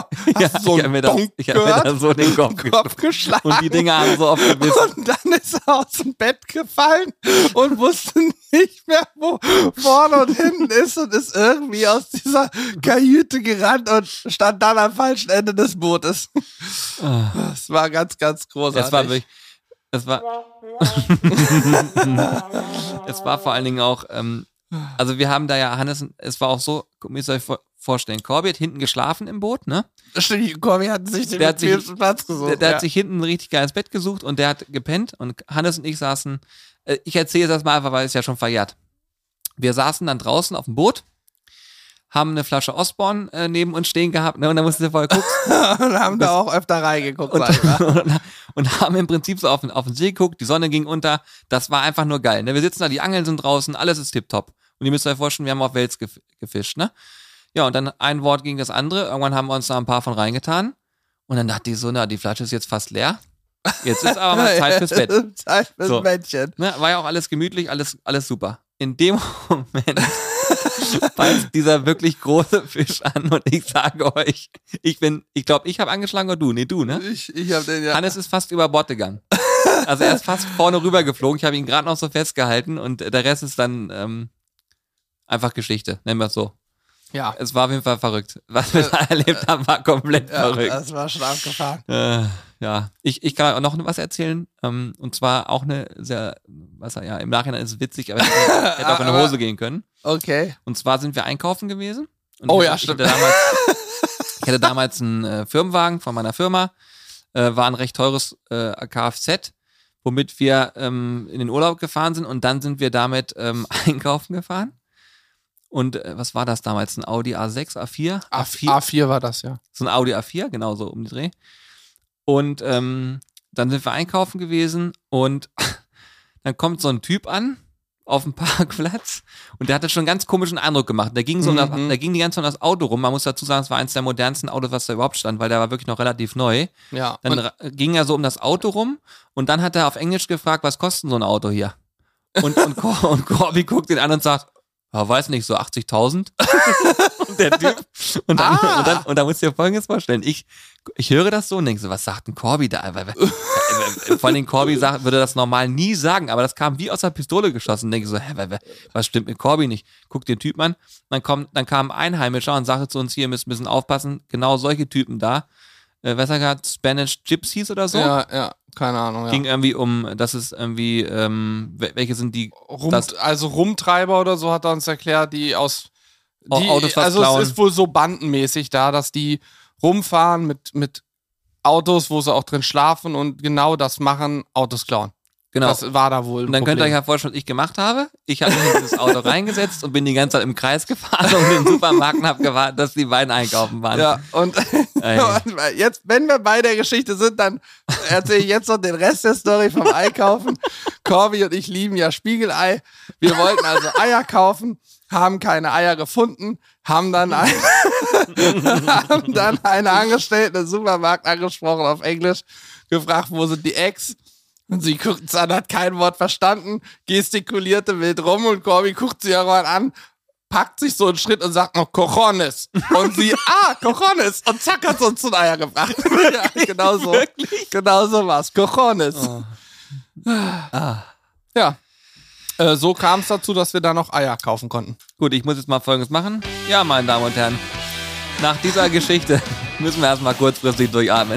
so einen Bonk ich hab mir da so den Kopf geschlagen. Und die Dinger haben so oft gebissen. Und dann ist er aus dem Bett gefallen und wusste nicht mehr, wo vorne und hinten ist und ist irgendwie aus dieser Kajüte gerannt und stand dann am falschen Ende des Bootes. Das war ganz, ganz großartig. Das war wirklich, es war vor allen Dingen auch, also wir haben da ja, Hannes, es war auch so, müsst ihr euch vorstellen, Corby hat hinten geschlafen im Boot, ne? Stimmt, Corby hat sich den bequemsten Platz gesucht. Der hat sich hinten ein richtig geiles Bett gesucht und der hat gepennt und Hannes und ich saßen, ich erzähle das mal einfach, weil es ja schon verjährt. Wir saßen dann draußen auf dem Boot, haben eine Flasche Osborne neben uns stehen gehabt, ne? Und da mussten wir vorher gucken. Und haben da auch öfter reingeguckt, und haben im Prinzip so auf den See geguckt, die Sonne ging unter, das war einfach nur geil. Ne? Wir sitzen da, die Angeln sind draußen, alles ist tipptopp. Und ihr müsst euch vorstellen, wir haben auf Wels gefischt, ne? Ja, und dann ein Wort gegen das andere. Irgendwann haben wir uns da ein paar von reingetan. Und dann dachte ich so, die Flasche ist jetzt fast leer. Jetzt ist aber mal Zeit fürs Bett. Zeit fürs So. Bettchen. Ne, war ja auch alles gemütlich, alles super. In dem Moment beißt dieser wirklich große Fisch an und ich sage euch, ich glaube, ich habe angeschlagen oder du? Nee, du, ne? Ich hab den ja. Hannes ist fast über Bord gegangen. Also er ist fast vorne rüber geflogen. Ich habe ihn gerade noch so festgehalten und der Rest ist dann einfach Geschichte, nennen wir es so. Ja. Es war auf jeden Fall verrückt. Was wir da erlebt haben, war komplett verrückt. Das war schon abgefahren. Ja, ich kann auch noch was erzählen. Und zwar auch eine sehr, im Nachhinein ist es witzig, aber hätte auch in die Hose gehen können. Okay. Und zwar sind wir einkaufen gewesen. Und Stimmt. Ich hatte damals einen Firmenwagen von meiner Firma. War ein recht teures Kfz, womit wir in den Urlaub gefahren sind. Und dann sind wir damit einkaufen gefahren. Und was war das damals? Ein Audi A6, A4? A4 war das, ja. So ein Audi A4, genau so um die Dreh. Und dann sind wir einkaufen gewesen und dann kommt so ein Typ an auf dem Parkplatz und der hatte schon einen ganz komischen Eindruck gemacht. Der ging der ging die ganze Zeit um das Auto rum. Man muss dazu sagen, es war eines der modernsten Autos, was da überhaupt stand, weil der war wirklich noch relativ neu. Ja. Dann ging er so um das Auto rum und dann hat er auf Englisch gefragt, was kostet denn so ein Auto hier? Und Corby guckt ihn an und sagt, weiß nicht, so 80.000. Und der Typ. Und dann musst du dir Folgendes vorstellen. Ich höre das so und denke so, was sagt denn Corby da? Vor allem Corby würde das normal nie sagen, aber das kam wie aus der Pistole geschossen. Und denke so, was stimmt mit Corby nicht? Guck den Typen an. Dann kam ein Einheimischer und sagte zu uns, hier, müssen ein bisschen aufpassen. Genau solche Typen da. Was er gerade, Spanish Gypsies oder so? Ja, keine Ahnung. Ja. Ging irgendwie das ist irgendwie, welche sind die? Also Rumtreiber oder so hat er uns erklärt, die aus. Autos was also klauen. es ist wohl so bandenmäßig da, dass die rumfahren mit Autos, wo sie auch drin schlafen und genau das machen, Autos klauen. Genau. Das war da wohl. Und dann könnt ihr euch ja vorstellen, was ich gemacht habe. Ich habe mich in dieses Auto reingesetzt und bin die ganze Zeit im Kreis gefahren um den Supermarkt und habe gewartet, dass die beiden einkaufen waren. Ja, und jetzt, wenn wir bei der Geschichte sind, dann erzähle ich jetzt noch den Rest der Story vom Einkaufen. Corby und ich lieben ja Spiegelei. Wir wollten also Eier kaufen, haben keine Eier gefunden, haben dann eine Angestellte im Supermarkt angesprochen auf Englisch, gefragt, wo sind die Eggs? Und sie guckt uns an, hat kein Wort verstanden, gestikulierte wild rum und Corby guckt sie irgendwann an, packt sich so einen Schritt und sagt noch Cojones. Und sie, Cojones. Und zack, hat sie uns ein Eier gebracht. Ja, genau so. Genau so war's. Cojones. Oh. Ja. So kam es dazu, dass wir da noch Eier kaufen konnten. Gut, ich muss jetzt mal Folgendes machen. Ja, meine Damen und Herren, nach dieser Geschichte müssen wir erstmal kurzfristig durchatmen.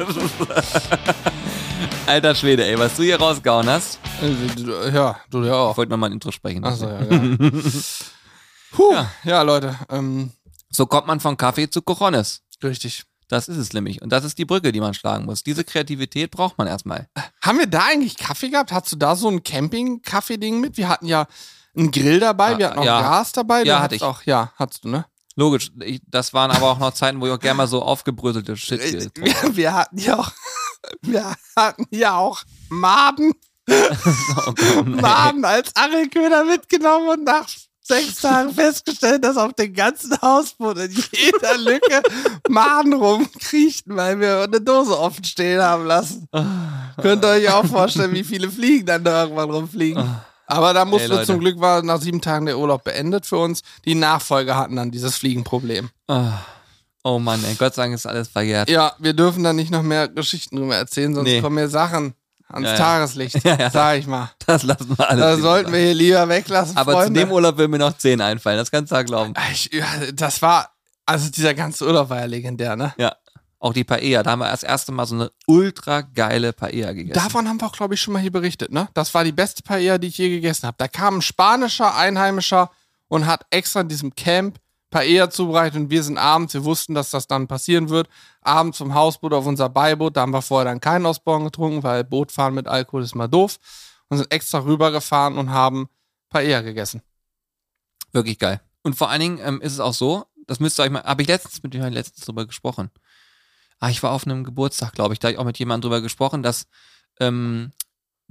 Alter Schwede, ey, was du hier rausgehauen hast. Ja, du ja auch. Ich wollte nochmal ein Intro sprechen. Achso, ja, ja. Puh, ja, Leute. So kommt man von Kaffee zu Cojones. Richtig. Das ist es nämlich. Und das ist die Brücke, die man schlagen muss. Diese Kreativität braucht man erstmal. Haben wir da eigentlich Kaffee gehabt? Hast du da so ein Camping-Kaffee-Ding mit? Wir hatten ja einen Grill dabei, wir hatten auch Gas dabei. Ja, hatte ich. Auch, ja, hattest du, ne? Logisch. Das waren aber auch noch Zeiten, wo ich auch gerne mal so aufgebröselte Shit getrunken habe. Wir hatten ja auch Maden. Maden als Angelköder mitgenommen und nach 6 Tagen festgestellt, dass auf dem ganzen Hausboot in jeder Lücke Maden rumkriechten, weil wir eine Dose offen stehen haben lassen. Könnt ihr euch auch vorstellen, wie viele Fliegen dann da irgendwann rumfliegen. Aber da mussten wir Leute. zum Glück, war nach 7 Tagen der Urlaub beendet für uns. Die Nachfolger hatten dann dieses Fliegenproblem. Oh Mann, ey, Gott sei Dank ist alles verjährt. Ja, wir dürfen da nicht noch mehr Geschichten drüber erzählen, sonst kommen mir Sachen ans Tageslicht, sag ich mal. Das lassen wir alles. Da sollten wir hier lieber weglassen, Aber Freunde. zu dem Urlaub will mir noch 10 einfallen, das kannst du ja glauben. Das war, also dieser ganze Urlaub war ja legendär, ne? Ja, auch die Paella, da haben wir das erste Mal so eine ultra geile Paella gegessen. Davon haben wir auch, glaube ich, schon mal hier berichtet, ne? Das war die beste Paella, die ich je gegessen habe. Da kam ein spanischer Einheimischer und hat extra in diesem Camp Paella zubereitet und wir sind abends, wir wussten, dass das dann passieren wird, abends vom Hausboot auf unser Beiboot, da haben wir vorher dann keinen Ausborn getrunken, weil Bootfahren mit Alkohol ist mal doof und sind extra rübergefahren und haben Paella gegessen. Wirklich geil. Und vor allen Dingen ist es auch so, das müsst ihr euch mal, habe ich letztens drüber gesprochen. Ich war auf einem Geburtstag, glaube ich, da habe ich auch mit jemandem drüber gesprochen, dass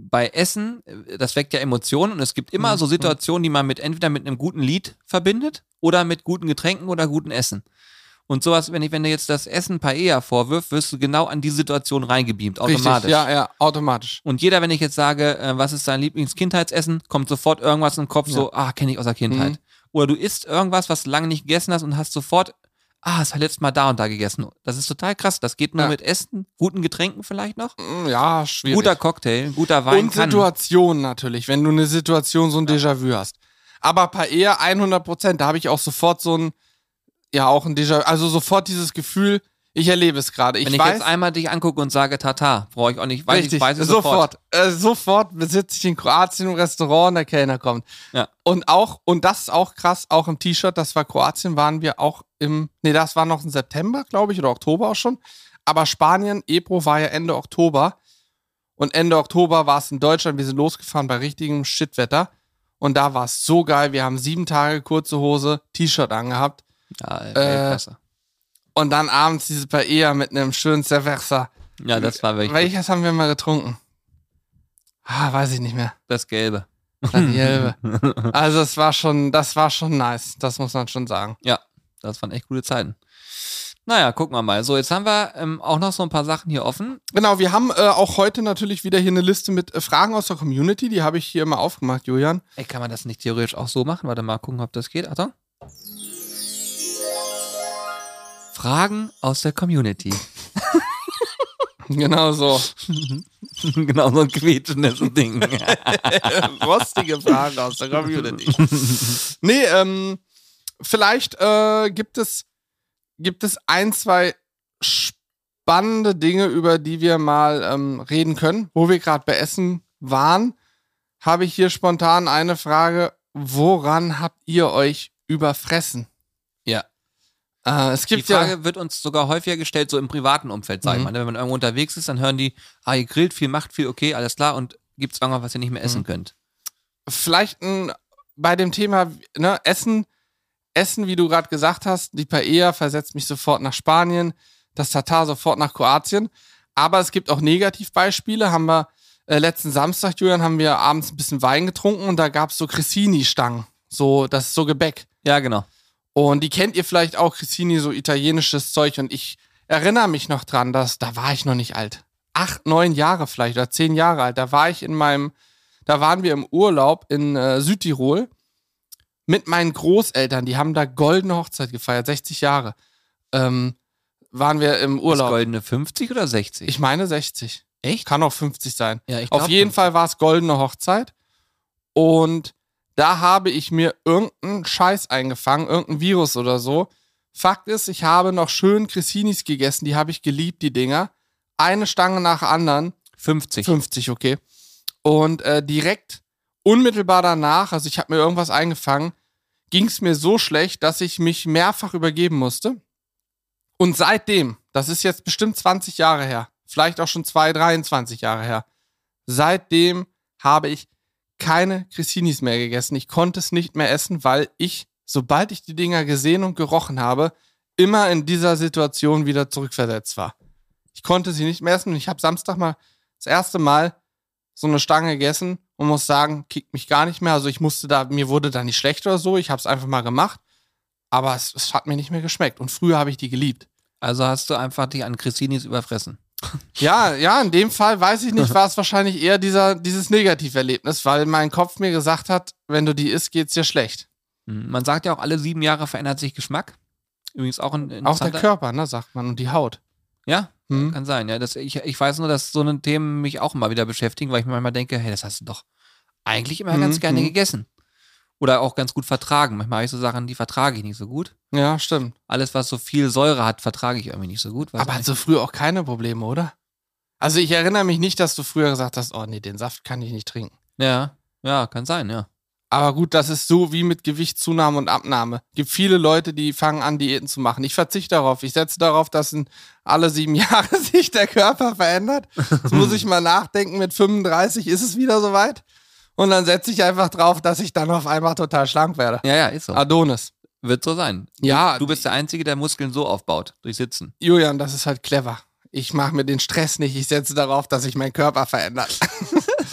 bei Essen, das weckt ja Emotionen und es gibt immer so Situationen, die man entweder mit einem guten Lied verbindet oder mit guten Getränken oder guten Essen. Und sowas, wenn du jetzt das Essen Paella vorwirfst, wirst du genau an die Situation reingebeamt, automatisch. Richtig, ja, automatisch. Und jeder, wenn ich jetzt sage, was ist dein Lieblingskindheitsessen, kommt sofort irgendwas im Kopf, so, kenne ich aus der Kindheit. Oder du isst irgendwas, was du lange nicht gegessen hast und hast sofort, das hat letztes Mal da und da gegessen. Das ist total krass. Das geht nur mit Essen, guten Getränken vielleicht noch. Ja, schwierig. Guter Cocktail, guter Wein. Und Situation natürlich, wenn du eine Situation, so ein Déjà-vu hast. Aber Paella 100%, da habe ich auch sofort so ein, auch ein Déjà-vu, also sofort dieses Gefühl, ich erlebe es gerade. Wenn ich jetzt einmal dich angucke und sage Tata, brauche ich auch nicht, weiß ich sofort. Sofort sitze ich in Kroatien im Restaurant und der Kellner kommt. Ja. Und das ist auch krass, auch im T-Shirt, das war Kroatien, waren wir auch das war noch im September, glaube ich, oder Oktober auch schon. Aber Spanien, Ebro war ja Ende Oktober. Und Ende Oktober war es in Deutschland, wir sind losgefahren bei richtigem Shitwetter. Und da war es so geil, wir haben 7 Tage kurze Hose, T-Shirt angehabt. Ja, Weltklasse. Und dann abends diese Paella mit einem schönen Cerveza. Ja, das war wirklich. Welches haben wir mal getrunken? Weiß ich nicht mehr. Das Gelbe. Das Gelbe. Also das war schon nice. Das muss man schon sagen. Ja, das waren echt gute Zeiten. Naja, gucken wir mal. So, jetzt haben wir auch noch so ein paar Sachen hier offen. Genau, wir haben auch heute natürlich wieder hier eine Liste mit Fragen aus der Community. Die habe ich hier mal aufgemacht, Julian. Ey, kann man das nicht theoretisch auch so machen? Warte mal, gucken, ob das geht. Achtung. Fragen aus der Community. Genau so. Genau, so ein quietschendes Ding. Rostige Fragen aus der Community. Nee, vielleicht gibt es 1, 2 spannende Dinge, über die wir mal reden können. Wo wir gerade bei Essen waren, habe ich hier spontan eine Frage. Woran habt ihr euch überfressen? Ja. Es gibt die Frage wird uns sogar häufiger gestellt, so im privaten Umfeld, sag ich mal. Wenn man irgendwo unterwegs ist, dann hören die, ihr grillt viel, macht viel, okay, alles klar, und gibt es irgendwas, was ihr nicht mehr essen könnt? Vielleicht bei dem Thema Essen, wie du gerade gesagt hast, die Paella versetzt mich sofort nach Spanien, das Tatar sofort nach Kroatien. Aber es gibt auch Negativbeispiele. Haben wir letzten Samstag, Julian, haben wir abends ein bisschen Wein getrunken und da gab es so Cressini-Stangen. So, das ist so Gebäck. Ja, genau. Und die kennt ihr vielleicht auch, Cressini, so italienisches Zeug. Und ich erinnere mich noch dran, da war ich noch nicht alt. 8, 9 Jahre vielleicht oder 10 Jahre alt. Da waren wir im Urlaub in Südtirol mit meinen Großeltern. Die haben da goldene Hochzeit gefeiert, 60 Jahre. Waren wir im Urlaub. Ist goldene 50 oder 60? Ich meine 60. Echt? Kann auch 50 sein. Ja, ich glaub, auf jeden 50. Fall war es goldene Hochzeit. Und da habe ich mir irgendeinen Scheiß eingefangen, irgendein Virus oder so. Fakt ist, ich habe noch schön Cressinis gegessen, die habe ich geliebt, die Dinger. Eine Stange nach der anderen. 50, okay. Und direkt, unmittelbar danach, also ich habe mir irgendwas eingefangen, ging es mir so schlecht, dass ich mich mehrfach übergeben musste. Und seitdem, das ist jetzt bestimmt 20 Jahre her, vielleicht auch schon 23 Jahre her, seitdem habe ich keine Cressinis mehr gegessen. Ich konnte es nicht mehr essen, weil ich, sobald ich die Dinger gesehen und gerochen habe, immer in dieser Situation wieder zurückversetzt war. Ich konnte sie nicht mehr essen und ich habe Samstag mal das erste Mal so eine Stange gegessen und muss sagen, kickt mich gar nicht mehr. Also mir wurde da nicht schlecht oder so. Ich habe es einfach mal gemacht, aber es hat mir nicht mehr geschmeckt. Und früher habe ich die geliebt. Also hast du einfach dich an Cressinis überfressen. Ja, in dem Fall, weiß ich nicht, war es wahrscheinlich eher dieses Negativerlebnis, weil mein Kopf mir gesagt hat, wenn du die isst, geht's dir schlecht. Man sagt ja auch, alle 7 Jahre verändert sich Geschmack. Übrigens auch ein auch der Körper, ne, sagt man, und die Haut. Ja, kann sein. Ja, ich weiß nur, dass so eine Themen mich auch immer wieder beschäftigen, weil ich mir manchmal denke, hey, das hast du doch eigentlich immer ganz gerne gegessen. Oder auch ganz gut vertragen. Manchmal habe ich so Sachen, die vertrage ich nicht so gut. Ja, stimmt. Alles, was so viel Säure hat, vertrage ich irgendwie nicht so gut. Aber hattest du früher auch keine Probleme, oder? Also ich erinnere mich nicht, dass du früher gesagt hast, oh nee, den Saft kann ich nicht trinken. Ja, kann sein, ja. Aber gut, das ist so wie mit Gewichtszunahme und Abnahme. Gibt viele Leute, die fangen an, Diäten zu machen. Ich verzichte darauf. Ich setze darauf, dass in alle 7 Jahre sich der Körper verändert. Jetzt muss ich mal nachdenken, mit 35 ist es wieder soweit. Und dann setze ich einfach drauf, dass ich dann auf einmal total schlank werde. Ja, ist so. Adonis. Wird so sein. Ja. Du bist der Einzige, der Muskeln so aufbaut, durch Sitzen. Julian, das ist halt clever. Ich mache mir den Stress nicht. Ich setze darauf, dass sich mein Körper verändert.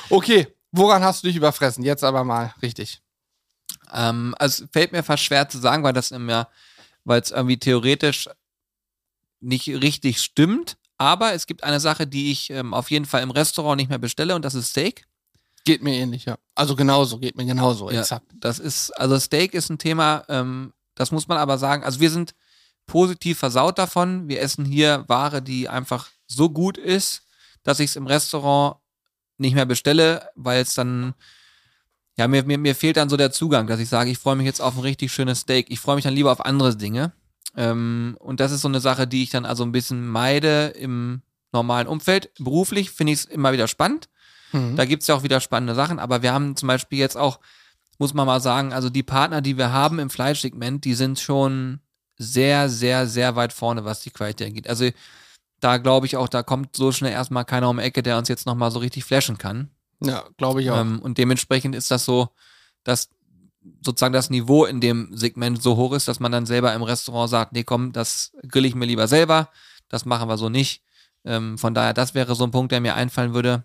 Okay, woran hast du dich überfressen? Jetzt aber mal richtig. Also fällt mir fast schwer zu sagen, weil es irgendwie theoretisch nicht richtig stimmt. Aber es gibt eine Sache, die ich auf jeden Fall im Restaurant nicht mehr bestelle, und das ist Steak. Geht mir ähnlich, ja. Also geht mir genauso, Ja, exakt. also Steak ist ein Thema, das muss man aber sagen, also wir sind positiv versaut davon. Wir essen hier Ware, die einfach so gut ist, dass ich es im Restaurant nicht mehr bestelle, weil es dann, ja, mir fehlt dann so der Zugang, dass ich sage, ich freue mich jetzt auf ein richtig schönes Steak. Ich freue mich dann lieber auf andere Dinge. Und das ist so eine Sache, die ich dann also ein bisschen meide im normalen Umfeld. Beruflich finde ich es immer wieder spannend. Da gibt es ja auch wieder spannende Sachen, aber wir haben zum Beispiel jetzt auch, muss man mal sagen, also die Partner, die wir haben im Fleischsegment, die sind schon sehr, sehr, sehr weit vorne, was die Qualität angeht. Also da glaube ich auch, da kommt so schnell erstmal keiner um die Ecke, der uns jetzt nochmal so richtig flashen kann. Ja, glaube ich auch. Und dementsprechend ist das so, dass sozusagen das Niveau in dem Segment so hoch ist, dass man dann selber im Restaurant sagt, nee komm, das grill ich mir lieber selber, das machen wir so nicht. Von daher, das wäre so ein Punkt, der mir einfallen würde.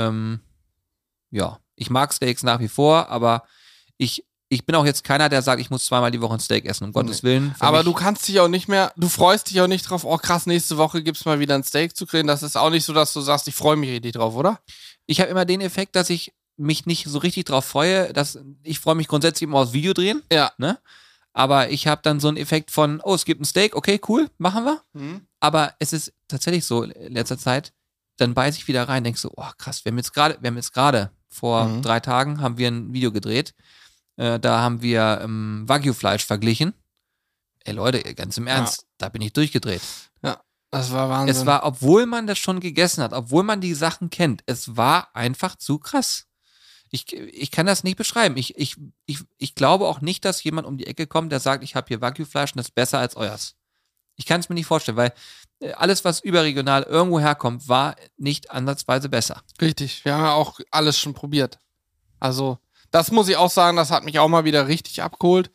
Ja, ich mag Steaks nach wie vor, aber ich bin auch jetzt keiner, der sagt, ich muss zweimal die Woche ein Steak essen, um Gottes Willen. Aber du kannst dich auch nicht mehr, du freust dich auch nicht drauf, oh krass, nächste Woche gibt's mal wieder ein Steak zu grillen. Das ist auch nicht so, dass du sagst, ich freue mich richtig drauf, oder? Ich habe immer den Effekt, dass ich mich nicht so richtig drauf freue, ich freue mich grundsätzlich immer aufs Video drehen. Ja. Ne? Aber ich habe dann so einen Effekt von, oh, es gibt ein Steak, okay, cool, machen wir. Aber es ist tatsächlich so, in letzter Zeit, dann beiß ich wieder rein, denkst so, oh krass, wir haben jetzt gerade vor 3 Tagen haben wir ein Video gedreht, da haben wir Wagyu-Fleisch verglichen. Ey Leute, ganz im Ernst, da bin ich durchgedreht. Ja, das war Wahnsinn. Es war, obwohl man das schon gegessen hat, obwohl man die Sachen kennt, es war einfach zu krass. Ich kann das nicht beschreiben. Ich glaube auch nicht, dass jemand um die Ecke kommt, der sagt, ich habe hier Wagyu-Fleisch und das ist besser als euers. Ich kann es mir nicht vorstellen, weil alles, was überregional irgendwo herkommt, war nicht ansatzweise besser. Richtig, wir haben ja auch alles schon probiert. Also, das muss ich auch sagen, das hat mich auch mal wieder richtig abgeholt.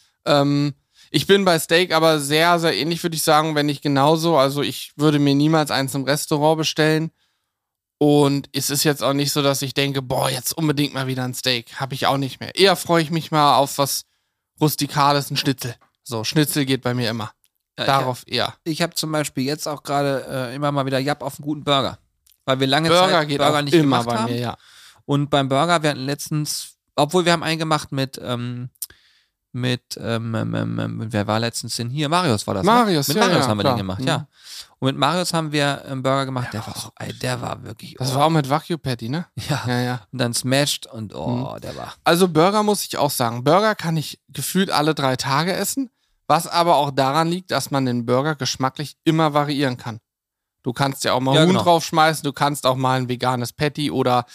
Ich bin bei Steak aber sehr, sehr ähnlich, würde ich sagen, wenn nicht genauso. Also, ich würde mir niemals eins im Restaurant bestellen. Und es ist jetzt auch nicht so, dass ich denke, boah, jetzt unbedingt mal wieder ein Steak. Habe ich auch nicht mehr. Eher freue ich mich mal auf was Rustikales, ein Schnitzel. So, Schnitzel geht bei mir immer. Darauf eher. Ich habe zum Beispiel jetzt auch gerade immer mal wieder Japp auf einen guten Burger. Weil wir lange Burger Zeit geht Burger auch nicht immer gemacht bei haben. mir, ja. Und beim Burger, wir hatten letztens, obwohl wir haben einen gemacht mit wer war letztens denn hier? Marius war das. Marius, ne? Mit ja, Marius ja, haben wir klar. den gemacht, ja. Und mit Marius haben wir einen Burger gemacht, der war wirklich. Das war auch mit Wagyu Patty, ne? Ja. Und dann smashed und der war. Also Burger muss ich auch sagen. Burger kann ich gefühlt alle 3 Tage essen, was aber auch daran liegt, dass man den Burger geschmacklich immer variieren kann. Du kannst ja auch mal Huhn draufschmeißen, du kannst auch mal ein veganes Patty oder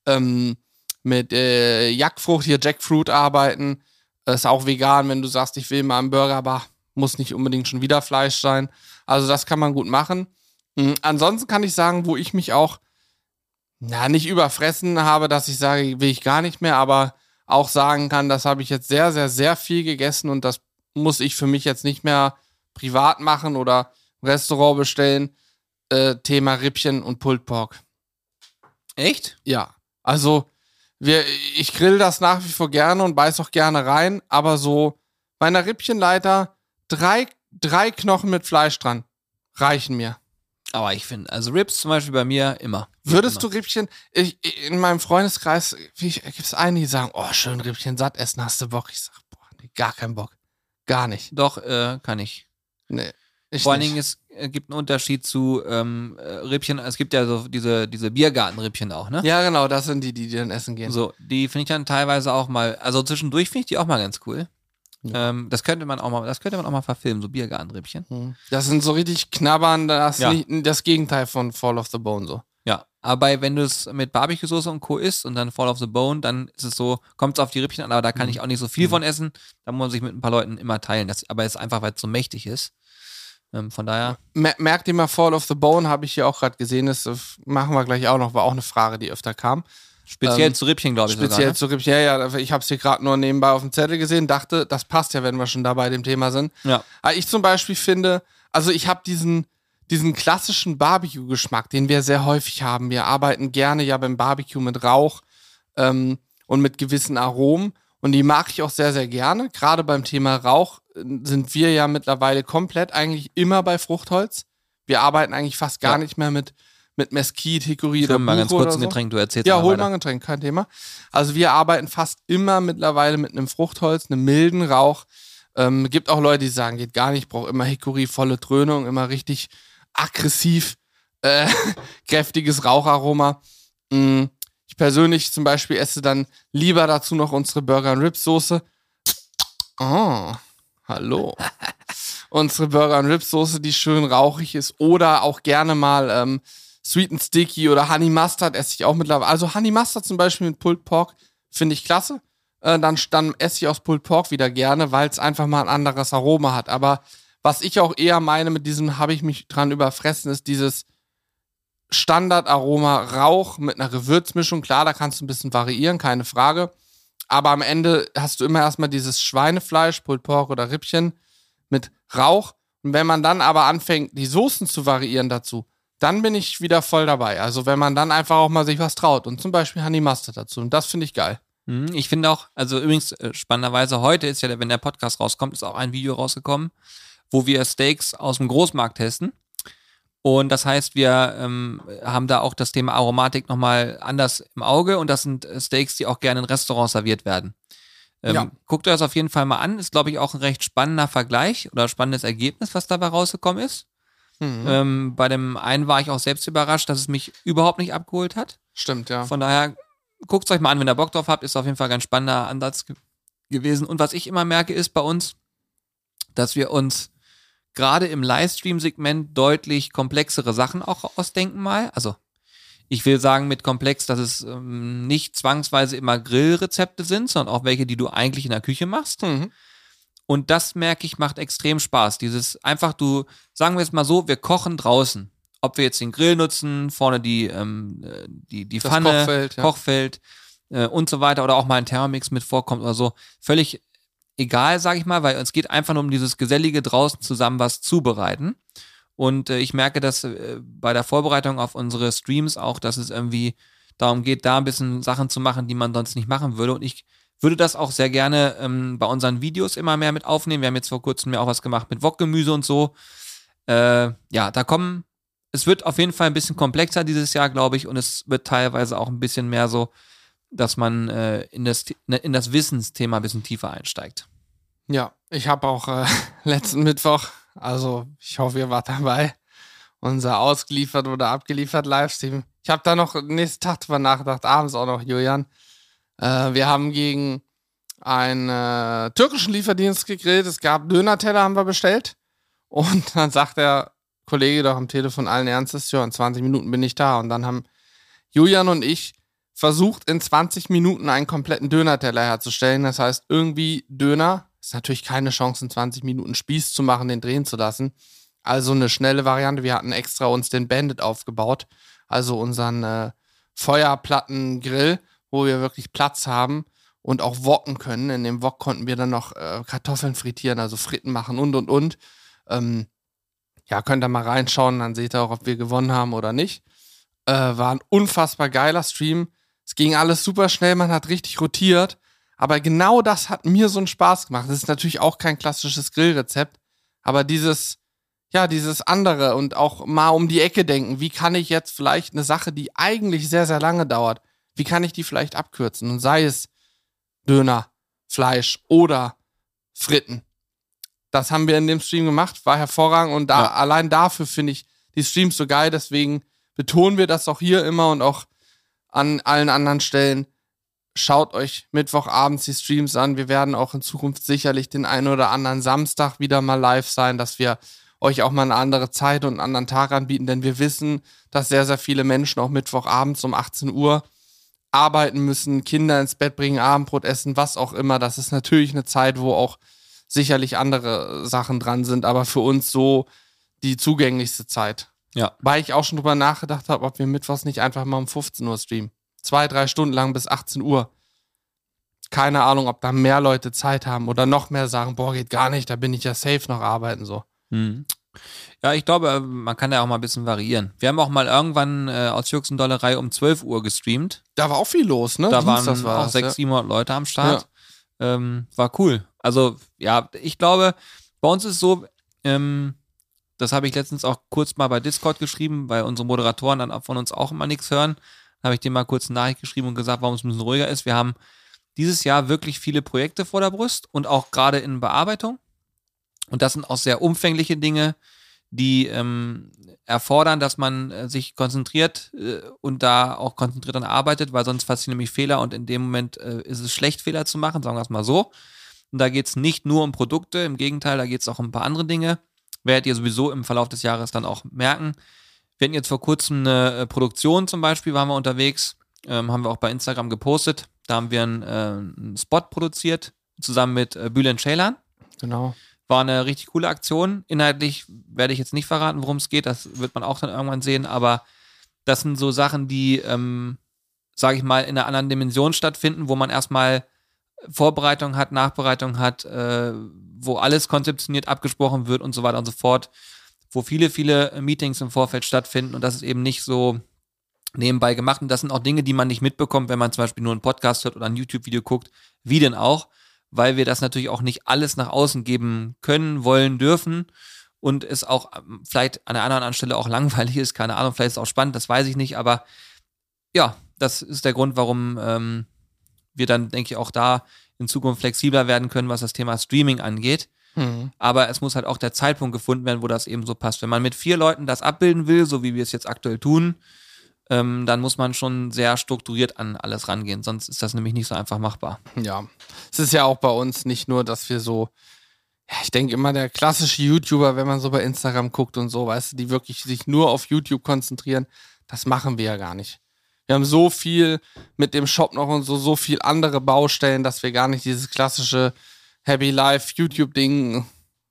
mit Jackfrucht, hier Jackfruit arbeiten. Ist auch vegan, wenn du sagst, ich will mal einen Burger, aber muss nicht unbedingt schon wieder Fleisch sein. Also das kann man gut machen. Ansonsten kann ich sagen, wo ich mich auch nicht überfressen habe, dass ich sage, will ich gar nicht mehr, aber auch sagen kann, das habe ich jetzt sehr, sehr, sehr viel gegessen und das muss ich für mich jetzt nicht mehr privat machen oder im Restaurant bestellen. Thema Rippchen und Pulled Pork. Echt? Ja, also ich grill das nach wie vor gerne und beiß auch gerne rein, aber so bei einer Rippchenleiter 3 Knochen mit Fleisch dran reichen mir. Aber ich finde, also Rips zum Beispiel bei mir immer. Würdest du Rippchen, in meinem Freundeskreis gibt es einige, die sagen, oh, schön Rippchen satt essen, hast du Bock? Ich sag, boah, nee, gar keinen Bock. Gar nicht. Doch, kann ich. Nee. Vor allen Dingen, es gibt einen Unterschied zu Rippchen. Es gibt ja so diese Biergartenrippchen auch, ne? Ja, genau, das sind die dann essen gehen. So, die finde ich dann teilweise auch mal, also zwischendurch finde ich die auch mal ganz cool. Ja. Das könnte man auch mal verfilmen, so Biergartenrippchen. Das sind so richtig knabbern, das ist nicht das Gegenteil von Fall of the Bone so. Ja, aber wenn du es mit Barbecue-Soße und Co. isst und dann Fall of the Bone, dann ist es so, kommt es auf die Rippchen an, aber da kann ich auch nicht so viel von essen. Da muss man sich mit ein paar Leuten immer teilen. Aber es ist einfach, weil es so mächtig ist. Von daher. Merkt ihr mal, Fall of the Bone habe ich hier auch gerade gesehen. Das machen wir gleich auch noch. War auch eine Frage, die öfter kam. Speziell zu Rippchen, glaube ich. Speziell sogar, zu Rippchen, ja. Ich habe es hier gerade nur nebenbei auf dem Zettel gesehen. Dachte, das passt ja, wenn wir schon da bei dem Thema sind. Ja. Aber ich zum Beispiel finde, also ich habe diesen klassischen Barbecue-Geschmack, den wir sehr häufig haben. Wir arbeiten gerne ja beim Barbecue mit Rauch. und mit gewissen Aromen. Und die mag ich auch sehr, sehr gerne. Gerade beim Thema Rauch sind wir ja mittlerweile komplett eigentlich immer bei Fruchtholz. Wir arbeiten eigentlich fast gar nicht mehr mit Mesquite, Hickory oder Buche mal ganz kurz oder ein so. Getränk, du erzählst Ja, mal hol weiter. mal ein Getränk, kein Thema. Also wir arbeiten fast immer mittlerweile mit einem Fruchtholz, einem milden Rauch. Gibt auch Leute, die sagen, geht gar nicht, braucht immer Hickory, volle Dröhnung, immer richtig aggressiv, kräftiges Raucharoma. Ich persönlich zum Beispiel esse dann lieber dazu noch unsere Burger- und Ribs-Soße. Oh, hallo. Unsere Burger- und Ribs-Soße, die schön rauchig ist. Oder auch gerne mal Sweet and Sticky oder Honey Mustard esse ich auch mittlerweile. Also Honey Mustard zum Beispiel mit Pulled Pork finde ich klasse. Dann esse ich aus Pulled Pork wieder gerne, weil es einfach mal ein anderes Aroma hat. Aber was ich auch eher meine mit diesem, habe ich mich dran überfressen, ist dieses Standardaroma Rauch mit einer Gewürzmischung. Klar, da kannst du ein bisschen variieren, keine Frage. Aber am Ende hast du immer erstmal dieses Schweinefleisch, Pulled Pork oder Rippchen mit Rauch. Und wenn man dann aber anfängt, die Soßen zu variieren dazu, dann bin ich wieder voll dabei. Also wenn man dann einfach auch mal sich was traut und zum Beispiel Honey Mustard dazu. Und das finde ich geil. Ich finde auch, also übrigens spannenderweise, heute ist ja, wenn der Podcast rauskommt, ist auch ein Video rausgekommen, wo wir Steaks aus dem Großmarkt testen. Und das heißt, wir haben da auch das Thema Aromatik nochmal anders im Auge und das sind Steaks, die auch gerne in Restaurants serviert werden. Ja. Guckt euch das auf jeden Fall mal an. Ist, glaube ich, auch ein recht spannender Vergleich oder spannendes Ergebnis, was dabei rausgekommen ist. Bei dem einen war ich auch selbst überrascht, dass es mich überhaupt nicht abgeholt hat. Stimmt, ja. Von daher, guckt es euch mal an, wenn ihr Bock drauf habt. Ist auf jeden Fall ein ganz spannender Ansatz gewesen. Und was ich immer merke, ist bei uns, dass wir uns gerade im Livestream-Segment deutlich komplexere Sachen auch ausdenken mal. Also ich will sagen mit komplex, dass es nicht zwangsweise immer Grillrezepte sind, sondern auch welche, die du eigentlich in der Küche machst. Und das, merke ich, macht extrem Spaß. Dieses einfach, sagen wir es mal so, wir kochen draußen. Ob wir jetzt den Grill nutzen, vorne die Das Pfanne, Kochfeld, ja. Kochfeld und so weiter oder auch mal ein Thermomix mit vorkommt oder so. Völlig egal, sage ich mal, weil es geht einfach nur um dieses gesellige draußen zusammen was zubereiten. Und ich merke, dass bei der Vorbereitung auf unsere Streams auch, dass es irgendwie darum geht, da ein bisschen Sachen zu machen, die man sonst nicht machen würde. Und ich würde das auch sehr gerne bei unseren Videos immer mehr mit aufnehmen. Wir haben jetzt vor kurzem ja auch was gemacht mit Wokgemüse und so. Es wird auf jeden Fall ein bisschen komplexer dieses Jahr, glaube ich, und es wird teilweise auch ein bisschen mehr so, dass man in das Wissensthema ein bisschen tiefer einsteigt. Ja, ich habe auch letzten Mittwoch, also ich hoffe, ihr wart dabei, unser ausgeliefert oder abgeliefert Livestream. Ich habe da noch nächsten Tag drüber nachgedacht, abends auch noch, Julian. Wir haben gegen einen türkischen Lieferdienst gegrillt. Es gab Döner-Teller, haben wir bestellt. Und dann sagt der Kollege doch am Telefon allen Ernstes, ja, in 20 Minuten bin ich da. Und dann haben Julian und ich versucht, in 20 Minuten einen kompletten Döner-Teller herzustellen. Das heißt, irgendwie Döner, ist natürlich keine Chance, in 20 Minuten Spieß zu machen, den drehen zu lassen. Also eine schnelle Variante. Wir hatten extra uns den Bandit aufgebaut, also unseren Feuerplatten-Grill, wo wir wirklich Platz haben und auch woken können. In dem Wok konnten wir dann noch Kartoffeln frittieren, also Fritten machen und. Ja, könnt ihr mal reinschauen, dann seht ihr auch, ob wir gewonnen haben oder nicht. War ein unfassbar geiler Stream. Es ging alles super schnell, man hat richtig rotiert. Aber genau das hat mir so einen Spaß gemacht. Das ist natürlich auch kein klassisches Grillrezept, aber dieses andere und auch mal um die Ecke denken. Wie kann ich jetzt vielleicht eine Sache, die eigentlich sehr, sehr lange dauert, wie kann ich die vielleicht abkürzen? Und sei es Döner, Fleisch oder Fritten. Das haben wir in dem Stream gemacht, war hervorragend und allein dafür finde ich die Streams so geil, deswegen betonen wir das auch hier immer und auch an allen anderen Stellen. Schaut euch Mittwochabends die Streams an. Wir werden auch in Zukunft sicherlich den einen oder anderen Samstag wieder mal live sein, dass wir euch auch mal eine andere Zeit und einen anderen Tag anbieten, denn wir wissen, dass sehr, sehr viele Menschen auch Mittwochabends um 18 Uhr arbeiten müssen, Kinder ins Bett bringen, Abendbrot essen, was auch immer. Das ist natürlich eine Zeit, wo auch sicherlich andere Sachen dran sind, aber für uns so die zugänglichste Zeit. Ja. Weil ich auch schon drüber nachgedacht habe, ob wir mittwochs nicht einfach mal um 15 Uhr streamen. 2-3 Stunden lang bis 18 Uhr. Keine Ahnung, ob da mehr Leute Zeit haben oder noch mehr sagen, boah, geht gar nicht, da bin ich ja safe noch arbeiten, so. Ja, ich glaube, man kann ja auch mal ein bisschen variieren. Wir haben auch mal irgendwann aus Jux und Dollerei um 12 Uhr gestreamt. Da war auch viel los, ne? Da waren Dienstags war auch das, 600, 700 Leute am Start. War cool. Also, ja, ich glaube, bei uns ist es so, das habe ich letztens auch kurz mal bei Discord geschrieben, weil unsere Moderatoren dann von uns auch immer nichts hören. Da habe ich denen mal kurz eine Nachricht geschrieben und gesagt, warum es ein bisschen ruhiger ist. Wir haben dieses Jahr wirklich viele Projekte vor der Brust und auch gerade in Bearbeitung. Und das sind auch sehr umfängliche Dinge, die erfordern, dass man sich konzentriert und da auch konzentriert dann arbeitet, weil sonst passieren nämlich Fehler und in dem Moment ist es schlecht, Fehler zu machen, sagen wir es mal so. Und da geht es nicht nur um Produkte, im Gegenteil, da geht es auch um ein paar andere Dinge. Werdet ihr sowieso im Verlauf des Jahres dann auch merken. Wir hatten jetzt vor kurzem eine Produktion zum Beispiel, waren wir unterwegs, haben wir auch bei Instagram gepostet. Da haben wir einen Spot produziert, zusammen mit Bülent Ceylan. Genau. War eine richtig coole Aktion. Inhaltlich werde ich jetzt nicht verraten, worum es geht. Das wird man auch dann irgendwann sehen. Aber das sind so Sachen, die, sage ich mal, in einer anderen Dimension stattfinden, wo man erstmal Vorbereitung hat, Nachbereitung hat, wo alles konzeptioniert, abgesprochen wird und so weiter und so fort. Wo viele, viele Meetings im Vorfeld stattfinden. Und das ist eben nicht so nebenbei gemacht. Und das sind auch Dinge, die man nicht mitbekommt, wenn man zum Beispiel nur einen Podcast hört oder ein YouTube-Video guckt. Wie denn auch? Weil wir das natürlich auch nicht alles nach außen geben können, wollen, dürfen und es auch vielleicht an der anderen Stelle auch langweilig ist, keine Ahnung, vielleicht ist es auch spannend, das weiß ich nicht, aber ja, das ist der Grund, warum wir dann, denke ich, auch da in Zukunft flexibler werden können, was das Thema Streaming angeht. Aber es muss halt auch der Zeitpunkt gefunden werden, wo das eben so passt. Wenn man mit 4 Leuten das abbilden will, so wie wir es jetzt aktuell tun, dann muss man schon sehr strukturiert an alles rangehen, sonst ist das nämlich nicht so einfach machbar. Ja, es ist ja auch bei uns nicht nur, dass wir so, ja, ich denke immer, der klassische YouTuber, wenn man so bei Instagram guckt und so, weißt du, die wirklich sich nur auf YouTube konzentrieren, das machen wir ja gar nicht. Wir haben so viel mit dem Shop noch und so viel andere Baustellen, dass wir gar nicht dieses klassische Happy Life YouTube-Ding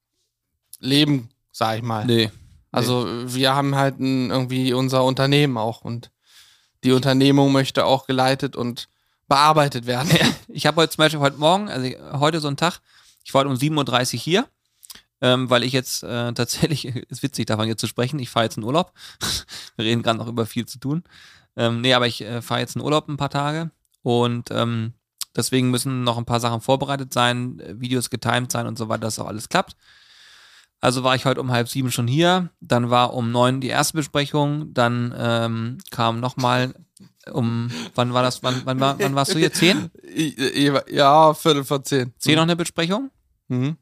leben, sag ich mal. Nee. Also wir haben halt irgendwie unser Unternehmen auch und die Unternehmung möchte auch geleitet und bearbeitet werden. Ja, ich habe heute zum Beispiel heute Morgen, also heute so einen Tag, ich war heute um 7.30 Uhr hier, weil ich jetzt tatsächlich, ist witzig davon jetzt zu sprechen, ich fahre jetzt in Urlaub. Wir reden gerade noch über viel zu tun. Aber ich fahre jetzt in Urlaub ein paar Tage und deswegen müssen noch ein paar Sachen vorbereitet sein, Videos getimed sein und so weiter, dass auch alles klappt. Also war ich heute um 6:30 schon hier, dann war um 9 die erste Besprechung, dann kam nochmal wann war das, wann warst du hier? 10? Ja, 9:45. 10 noch eine Besprechung. Mhm.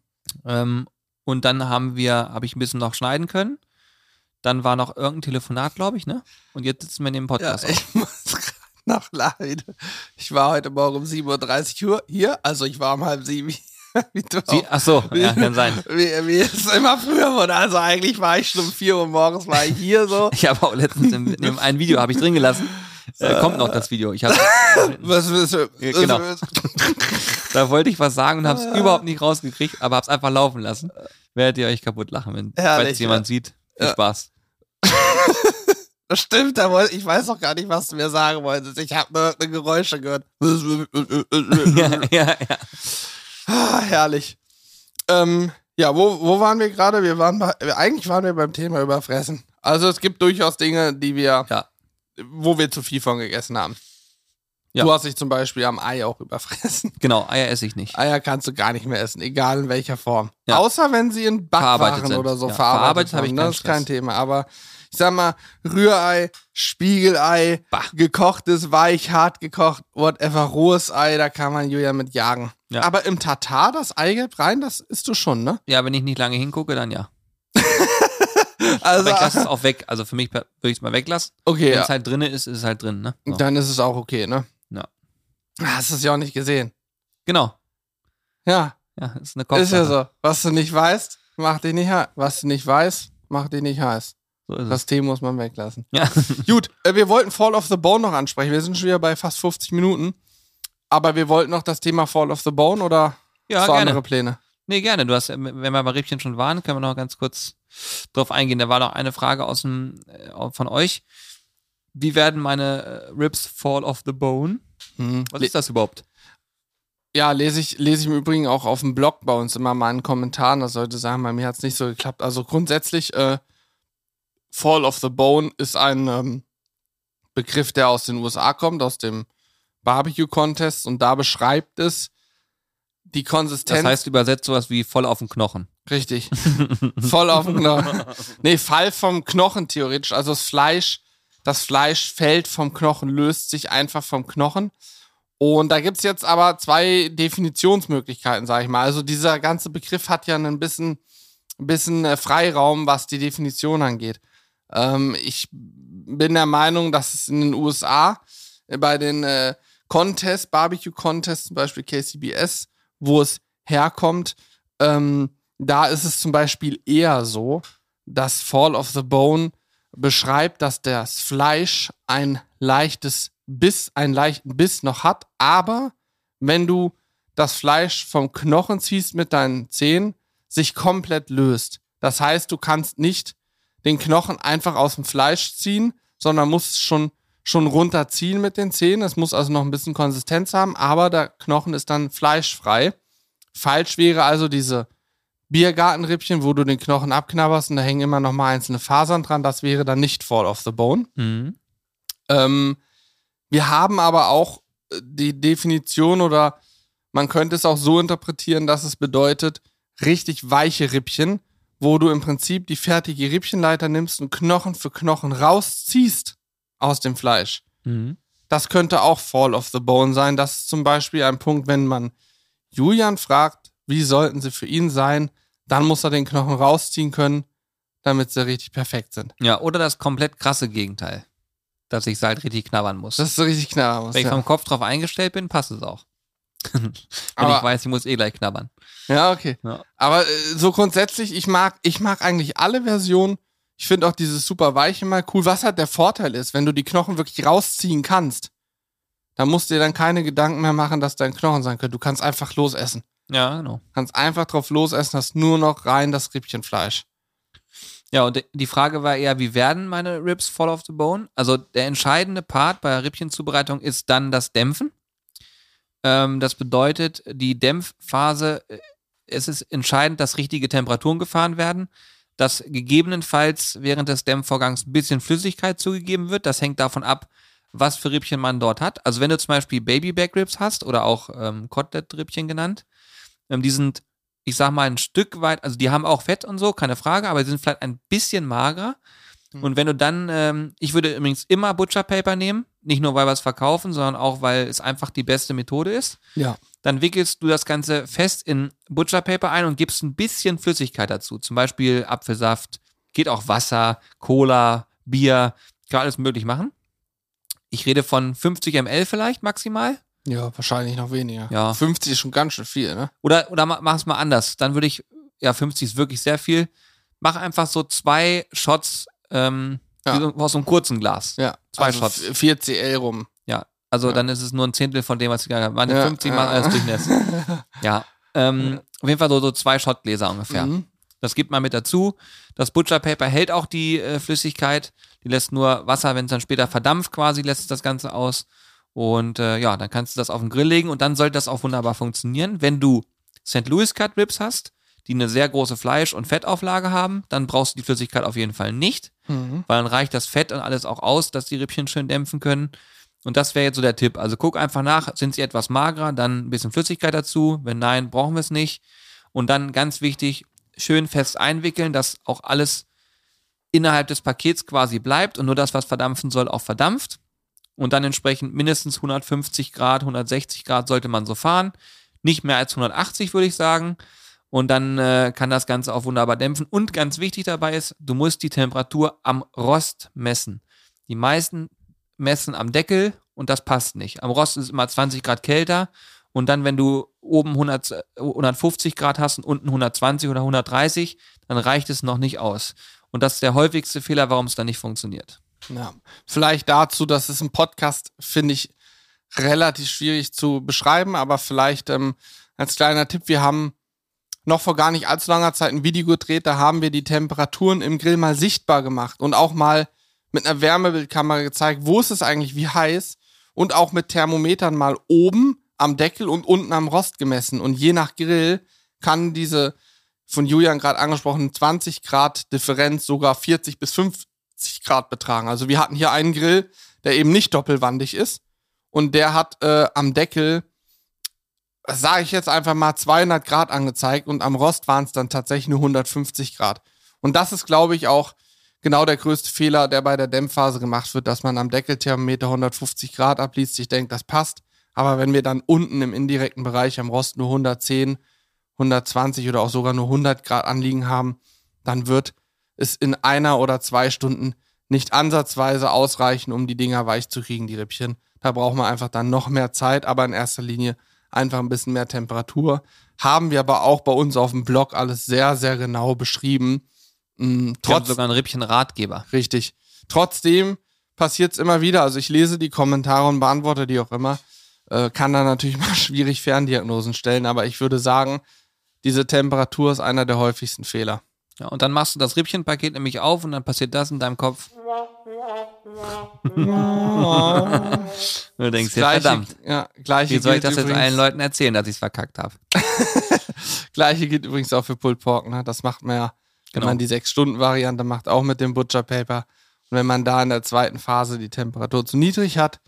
Und dann habe ich ein bisschen noch schneiden können. Dann war noch irgendein Telefonat, glaube ich, ne? Und jetzt sitzen wir in dem Podcast. Ja, ich muss gerade noch leiden. Ich war heute Morgen um 7.30 Uhr hier, also ich war um 6:30. Wie du auch. Ach so, ja, kann sein. Wie es immer früher wurde. Also eigentlich war ich schon um 4 Uhr morgens war ich hier so. Ich habe auch letztens in dem einen Video habe ich drin gelassen. Kommt noch das Video. Ich genau. Da wollte ich was sagen und habe es überhaupt nicht rausgekriegt, aber habe es einfach laufen lassen. Werdet ihr euch kaputt lachen, wenn falls jemand sieht. Viel Spaß. Das stimmt, ich weiß auch gar nicht, was du mir sagen wolltest. Ich habe nur irgendeine Geräusche gehört. ja. Ah, herrlich. Ja, wo waren wir gerade? Eigentlich waren wir beim Thema Überfressen. Also es gibt durchaus Dinge, wo wir zu viel von gegessen haben. Ja. Du hast dich zum Beispiel am Ei auch überfressen. Genau, Eier esse ich nicht. Eier kannst du gar nicht mehr essen, egal in welcher Form. Ja. Außer wenn sie in Backwaren oder so verarbeitet habe ich das ist kein Thema. Aber ich sag mal, Rührei, Spiegelei, gekochtes, weich, hart gekocht, whatever, rohes Ei, da kann man Julia mit jagen. Ja. Aber im Tatar, das Eigelb rein, das isst du schon, ne? Ja, wenn ich nicht lange hingucke, dann ja. Also, aber ich lasse es auch weg. Also für mich würde ich es mal weglassen. Okay, wenn es halt drin ist, ist es halt drin, ne? So. Dann ist es auch okay, ne? Ja. Hast du es ja auch nicht gesehen. Genau. Ja. Ja, ist eine Kopfsache. Ist ja so. Was du nicht weißt, macht dich nicht heiß. Was du nicht weißt, macht dich nicht heiß. So ist das Tee muss man weglassen. Ja. Gut, wir wollten Fall of the Bone noch ansprechen. Wir sind schon wieder bei fast 50 Minuten. Aber wir wollten noch das Thema Fall of the Bone oder ja, so gerne. Andere Pläne? Nee, gerne. Du hast, wenn wir bei Rippchen schon waren, können wir noch ganz kurz drauf eingehen. Da war noch eine Frage von euch. Wie werden meine Ribs Fall of the Bone? Was ist das überhaupt? Ja, lese ich im Übrigen auch auf dem Blog bei uns immer mal in Kommentaren. Das sollte sagen, bei mir hat es nicht so geklappt. Also grundsätzlich, Fall of the Bone ist ein Begriff, der aus den USA kommt, aus dem Barbecue-Contest, und da beschreibt es die Konsistenz. Das heißt übersetzt sowas wie voll auf den Knochen. Richtig. Voll auf den Knochen. Nee, Fall vom Knochen theoretisch. Also das Fleisch fällt vom Knochen, löst sich einfach vom Knochen. Und da gibt's jetzt aber 2 Definitionsmöglichkeiten, sag ich mal. Also dieser ganze Begriff hat ja ein bisschen Freiraum, was die Definition angeht. Ich bin der Meinung, dass es in den USA bei den Barbecue-Contests, zum Beispiel KCBS, wo es herkommt, da ist es zum Beispiel eher so, dass Fall of the Bone beschreibt, dass das Fleisch einen leichten Biss noch hat, aber wenn du das Fleisch vom Knochen ziehst mit deinen Zähnen, sich komplett löst. Das heißt, du kannst nicht den Knochen einfach aus dem Fleisch ziehen, sondern musst schon runterziehen mit den Zähnen. Es muss also noch ein bisschen Konsistenz haben, aber der Knochen ist dann fleischfrei. Falsch wäre also diese Biergartenrippchen, wo du den Knochen abknabberst und da hängen immer noch mal einzelne Fasern dran. Das wäre dann nicht Fall of the Bone. Mhm. Wir haben aber auch die Definition, oder man könnte es auch so interpretieren, dass es bedeutet, richtig weiche Rippchen, wo du im Prinzip die fertige Rippchenleiter nimmst und Knochen für Knochen rausziehst aus dem Fleisch. Mhm. Das könnte auch Fall of the Bone sein. Das ist zum Beispiel ein Punkt, wenn man Julian fragt, wie sollten sie für ihn sein, dann muss er den Knochen rausziehen können, damit sie richtig perfekt sind. Ja, oder das komplett krasse Gegenteil. Dass ich halt richtig knabbern muss. Das ist so richtig knabbern muss. Wenn ich vom Kopf drauf eingestellt bin, passt es auch. Wenn ich weiß, ich muss gleich knabbern. Ja, okay. Ja. Aber so grundsätzlich, ich mag eigentlich alle Versionen. Ich finde auch dieses super weiche mal cool. Was halt der Vorteil ist, wenn du die Knochen wirklich rausziehen kannst, dann musst du dir dann keine Gedanken mehr machen, dass dein Knochen sein könnte. Du kannst einfach losessen. Ja, genau. Kannst einfach drauf losessen, hast nur noch rein das Rippchenfleisch. Ja, und die Frage war eher, wie werden meine Ribs Fall of the Bone? Also der entscheidende Part bei der Rippchenzubereitung ist dann das Dämpfen. Das bedeutet, die Dämpfphase, es ist entscheidend, dass richtige Temperaturen gefahren werden, dass gegebenenfalls während des Dämpfvorgangs ein bisschen Flüssigkeit zugegeben wird. Das hängt davon ab, was für Rippchen man dort hat. Also wenn du zum Beispiel Baby Back Ribs hast oder auch Kotelett-Rippchen genannt, die sind, ich sag mal, ein Stück weit, also die haben auch Fett und so, keine Frage, aber sie sind vielleicht ein bisschen mager. Und wenn du dann, ich würde übrigens immer Butcher Paper nehmen, nicht nur, weil wir es verkaufen, sondern auch, weil es einfach die beste Methode ist. Ja. Dann wickelst du das Ganze fest in Butcher Paper ein und gibst ein bisschen Flüssigkeit dazu. Zum Beispiel Apfelsaft, geht auch Wasser, Cola, Bier, kann alles möglich machen. Ich rede von 50 ml vielleicht maximal. Ja, wahrscheinlich noch weniger. Ja. 50 ist schon ganz schön viel, ne? Oder mach es mal anders. Dann würde ich, 50 ist wirklich sehr viel. Mach einfach so 2 Shots aus so einem kurzen Glas. Ja. 2 also Shots. 4 CL rum. Ja. Also dann ist es nur ein Zehntel von dem, was ich gerade habe. Meine 50 mal alles durchnässt. Ja. Auf jeden Fall so 2 Shotgläser ungefähr. Mhm. Das gibt man mit dazu. Das Butcher Paper hält auch die Flüssigkeit. Die lässt nur Wasser, wenn es dann später verdampft quasi, lässt es das Ganze aus. Und dann kannst du das auf den Grill legen und dann sollte das auch wunderbar funktionieren. Wenn du St. Louis Cut Ribs hast, die eine sehr große Fleisch- und Fettauflage haben, dann brauchst du die Flüssigkeit auf jeden Fall nicht, weil dann reicht das Fett und alles auch aus, dass die Rippchen schön dämpfen können. Und das wäre jetzt so der Tipp. Also guck einfach nach, sind sie etwas magerer, dann ein bisschen Flüssigkeit dazu. Wenn nein, brauchen wir es nicht. Und dann ganz wichtig, schön fest einwickeln, dass auch alles innerhalb des Pakets quasi bleibt und nur das, was verdampfen soll, auch verdampft. Und dann entsprechend mindestens 150 Grad, 160 Grad sollte man so fahren. Nicht mehr als 180, würde ich sagen. Und dann kann das Ganze auch wunderbar dämpfen. Und ganz wichtig dabei ist, du musst die Temperatur am Rost messen. Die meisten messen am Deckel und das passt nicht. Am Rost ist es immer 20 Grad kälter. Und dann, wenn du oben 150 Grad hast und unten 120 oder 130, dann reicht es noch nicht aus. Und das ist der häufigste Fehler, warum es dann nicht funktioniert. Ja. Vielleicht dazu, das ist im Podcast, finde ich, relativ schwierig zu beschreiben, aber vielleicht als kleiner Tipp, wir haben noch vor gar nicht allzu langer Zeit ein Video gedreht, da haben wir die Temperaturen im Grill mal sichtbar gemacht und auch mal mit einer Wärmebildkamera gezeigt, wo ist es eigentlich, wie heiß, und auch mit Thermometern mal oben am Deckel und unten am Rost gemessen. Und je nach Grill kann diese von Julian gerade angesprochene 20 Grad Differenz sogar 40 bis 50 Grad betragen. Also wir hatten hier einen Grill, der eben nicht doppelwandig ist. Und der hat am Deckel, sage ich jetzt einfach mal, 200 Grad angezeigt. Und am Rost waren es dann tatsächlich nur 150 Grad. Und das ist, glaube ich, auch genau der größte Fehler, der bei der Dämpfphase gemacht wird, dass man am Deckelthermometer 150 Grad abliest. Ich denke, das passt. Aber wenn wir dann unten im indirekten Bereich am Rost nur 110, 120 oder auch sogar nur 100 Grad anliegen haben, dann wird es in 1 oder 2 Stunden nicht ansatzweise ausreichen, um die Dinger weich zu kriegen, die Rippchen. Da braucht man einfach dann noch mehr Zeit, aber in erster Linie einfach ein bisschen mehr Temperatur. Haben wir aber auch bei uns auf dem Blog alles sehr, sehr genau beschrieben. Trotz sogar einen Rippchen-Ratgeber. Richtig. Trotzdem passiert es immer wieder. Also ich lese die Kommentare und beantworte die auch immer. Kann da natürlich mal schwierig Ferndiagnosen stellen, aber ich würde sagen, diese Temperatur ist einer der häufigsten Fehler. Ja, und dann machst du das Rippchenpaket nämlich auf und dann passiert das in deinem Kopf. Du denkst dir, verdammt. Ja, wie soll ich das jetzt allen Leuten erzählen, dass ich es verkackt habe? Gleiche gilt übrigens auch für Pulled Pork. Ne? Das macht man ja, wenn man die 6-Stunden-Variante macht, auch mit dem Butcher Paper. Und wenn man da in der zweiten Phase die Temperatur zu niedrig hat,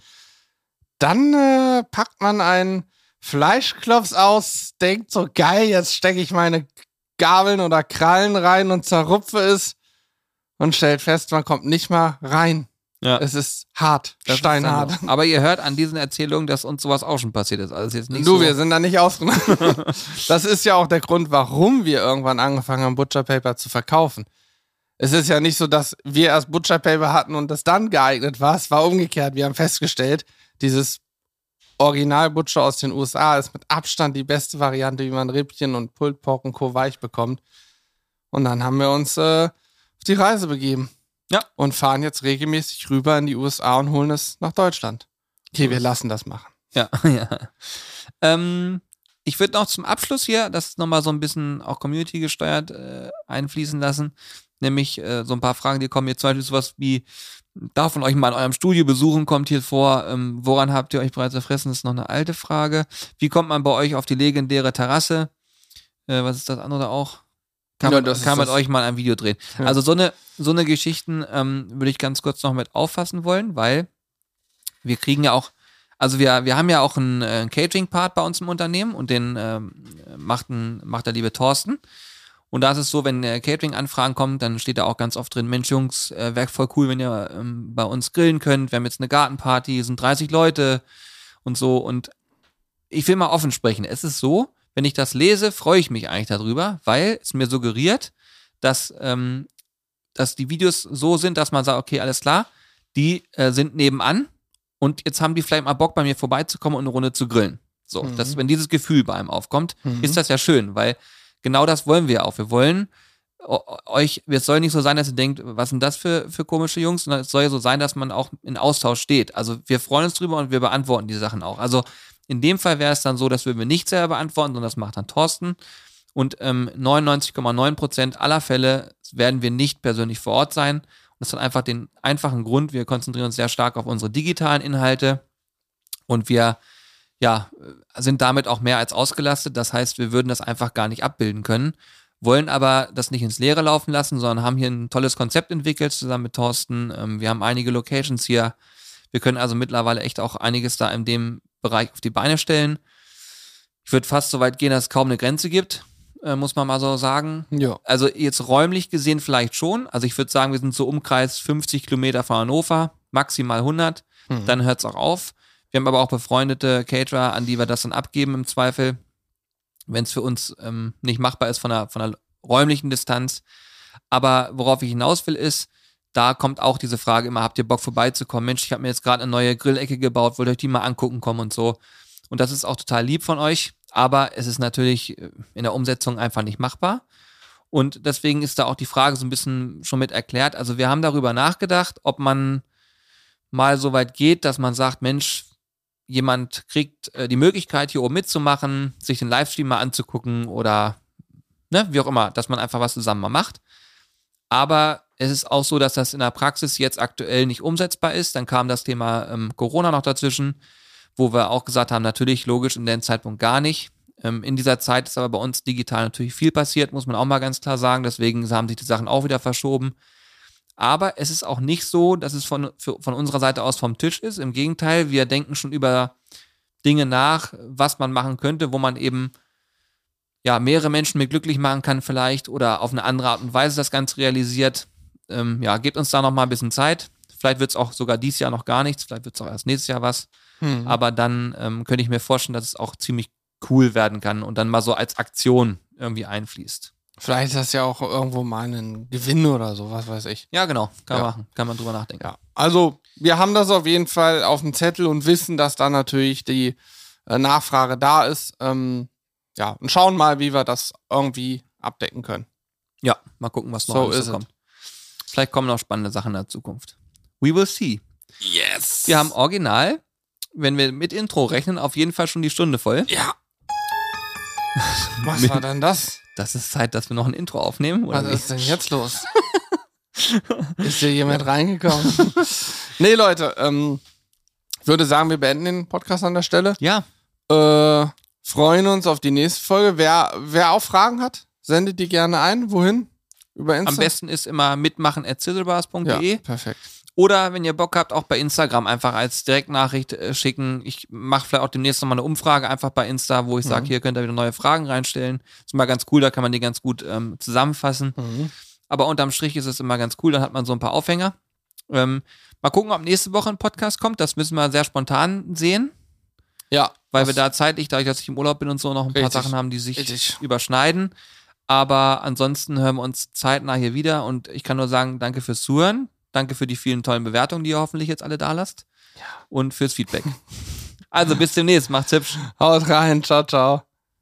dann packt man einen Fleischklops aus, denkt so, geil, jetzt stecke ich meine Gabeln oder Krallen rein und zerrupfe es und stellt fest, man kommt nicht mal rein. Ja. Es ist hart, steinhart. Aber ihr hört an diesen Erzählungen, dass uns sowas auch schon passiert ist. Also jetzt nicht wir sind da nicht ausgenommen. Das ist ja auch der Grund, warum wir irgendwann angefangen haben, Butcher Paper zu verkaufen. Es ist ja nicht so, dass wir erst Butcher Paper hatten und das dann geeignet war. Es war umgekehrt. Wir haben festgestellt, dieses Original Butcher aus den USA ist mit Abstand die beste Variante, wie man Rippchen und Pulled Pork und Co. weich bekommt. Und dann haben wir uns auf die Reise begeben. Ja. Und fahren jetzt regelmäßig rüber in die USA und holen es nach Deutschland. Okay, wir lassen das machen. Ja, ja. Ich würde noch zum Abschluss hier, das nochmal so ein bisschen auch Community gesteuert einfließen lassen. Nämlich so ein paar Fragen, die kommen hier zum Beispiel sowas wie, darf man euch mal in eurem Studio besuchen, kommt hier vor. Woran habt ihr euch bereits erfressen? Das ist noch eine alte Frage. Wie kommt man bei euch auf die legendäre Terrasse? Was ist das andere auch? Kann man euch mal ein Video drehen. Ja. Also so eine Geschichten würde ich ganz kurz noch mit auffassen wollen, weil wir kriegen ja auch, also wir haben ja auch einen Catering-Part bei uns im Unternehmen und den macht der liebe Thorsten. Und da ist es so, wenn Catering-Anfragen kommen, dann steht da auch ganz oft drin, Mensch Jungs, wäre voll cool, wenn ihr bei uns grillen könnt. Wir haben jetzt eine Gartenparty, sind 30 Leute und so. Und ich will mal offen sprechen. Es ist so, wenn ich das lese, freue ich mich eigentlich darüber, weil es mir suggeriert, dass die Videos so sind, dass man sagt, okay, alles klar, die sind nebenan und jetzt haben die vielleicht mal Bock, bei mir vorbeizukommen und eine Runde zu grillen. So, wenn dieses Gefühl bei einem aufkommt, ist das ja schön, weil genau das wollen wir auch. Wir wollen es soll nicht so sein, dass ihr denkt, was sind das für komische Jungs, sondern es soll ja so sein, dass man auch in Austausch steht. Also wir freuen uns drüber und wir beantworten die Sachen auch. Also in dem Fall wäre es dann so, dass wir nicht selber beantworten, sondern das macht dann Thorsten. Und 99,9% aller Fälle werden wir nicht persönlich vor Ort sein. Und das hat einfach den einfachen Grund, wir konzentrieren uns sehr stark auf unsere digitalen Inhalte und wir sind damit auch mehr als ausgelastet. Das heißt, wir würden das einfach gar nicht abbilden können, wollen aber das nicht ins Leere laufen lassen, sondern haben hier ein tolles Konzept entwickelt zusammen mit Thorsten. Wir haben einige Locations hier. Wir können also mittlerweile echt auch einiges da in dem Bereich auf die Beine stellen. Ich würde fast so weit gehen, dass es kaum eine Grenze gibt, muss man mal so sagen. Ja. Also jetzt räumlich gesehen vielleicht schon. Also ich würde sagen, wir sind so Umkreis 50 Kilometer von Hannover, maximal 100. Dann hört es auch auf. Wir haben aber auch befreundete Caterer, an die wir das dann abgeben im Zweifel, wenn es für uns nicht machbar ist von der räumlichen Distanz. Aber worauf ich hinaus will ist, da kommt auch diese Frage immer, habt ihr Bock vorbeizukommen? Mensch, ich habe mir jetzt gerade eine neue Grillecke gebaut, wollt ihr euch die mal angucken kommen und so. Und das ist auch total lieb von euch, aber es ist natürlich in der Umsetzung einfach nicht machbar. Und deswegen ist da auch die Frage so ein bisschen schon mit erklärt. Also wir haben darüber nachgedacht, ob man mal so weit geht, dass man sagt, Mensch, jemand kriegt die Möglichkeit, hier oben mitzumachen, sich den Livestream mal anzugucken oder wie auch immer, dass man einfach was zusammen mal macht. Aber es ist auch so, dass das in der Praxis jetzt aktuell nicht umsetzbar ist. Dann kam das Thema Corona noch dazwischen, wo wir auch gesagt haben, natürlich, logisch, in dem Zeitpunkt gar nicht. In dieser Zeit ist aber bei uns digital natürlich viel passiert, muss man auch mal ganz klar sagen. Deswegen haben sich die Sachen auch wieder verschoben. Aber es ist auch nicht so, dass es von unserer Seite aus vom Tisch ist. Im Gegenteil, wir denken schon über Dinge nach, was man machen könnte, wo man eben ja mehrere Menschen mit glücklich machen kann vielleicht oder auf eine andere Art und Weise das Ganze realisiert. Gebt uns da noch mal ein bisschen Zeit. Vielleicht wird es auch sogar dieses Jahr noch gar nichts, vielleicht wird es auch erst nächstes Jahr was. Aber dann könnte ich mir vorstellen, dass es auch ziemlich cool werden kann und dann mal so als Aktion irgendwie einfließt. Vielleicht ist das ja auch irgendwo mal ein Gewinn oder so, was weiß ich. Ja, genau. Kann man machen. Kann man drüber nachdenken. Ja, also wir haben das auf jeden Fall auf dem Zettel und wissen, dass da natürlich die Nachfrage da ist. Und schauen mal, wie wir das irgendwie abdecken können. Ja, mal gucken, was noch So alles ist so kommt. Vielleicht kommen noch spannende Sachen in der Zukunft. We will see. Yes! Wir haben original, wenn wir mit Intro rechnen, auf jeden Fall schon die Stunde voll. Ja. Was war denn das? Das ist Zeit, dass wir noch ein Intro aufnehmen. Oder Was wie? ist denn jetzt los? Ist hier jemand reingekommen? Nee, Leute, ich würde sagen, wir beenden den Podcast an der Stelle. Ja. Freuen uns auf die nächste Folge. Wer auch Fragen hat, sendet die gerne ein. Wohin? Über Insta? Am besten ist immer mitmachen@sizzlebars.de. Ja, perfekt. Oder wenn ihr Bock habt, auch bei Instagram einfach als Direktnachricht schicken. Ich mache vielleicht auch demnächst nochmal eine Umfrage einfach bei Insta, wo ich sage, hier könnt ihr wieder neue Fragen reinstellen. Ist immer ganz cool, da kann man die ganz gut zusammenfassen. Aber unterm Strich ist es immer ganz cool, dann hat man so ein paar Aufhänger. Mal gucken, ob nächste Woche ein Podcast kommt. Das müssen wir sehr spontan sehen. Ja. Weil wir da zeitlich, dadurch, dass ich im Urlaub bin und so, noch ein paar Richtig. Sachen haben, die sich Richtig. überschneiden. Aber ansonsten hören wir uns zeitnah hier wieder und ich kann nur sagen, danke fürs Zuhören. Danke für die vielen tollen Bewertungen, die ihr hoffentlich jetzt alle da lasst. Ja. Und fürs Feedback. Also bis demnächst. Macht's hübsch. Haut rein. Ciao, ciao.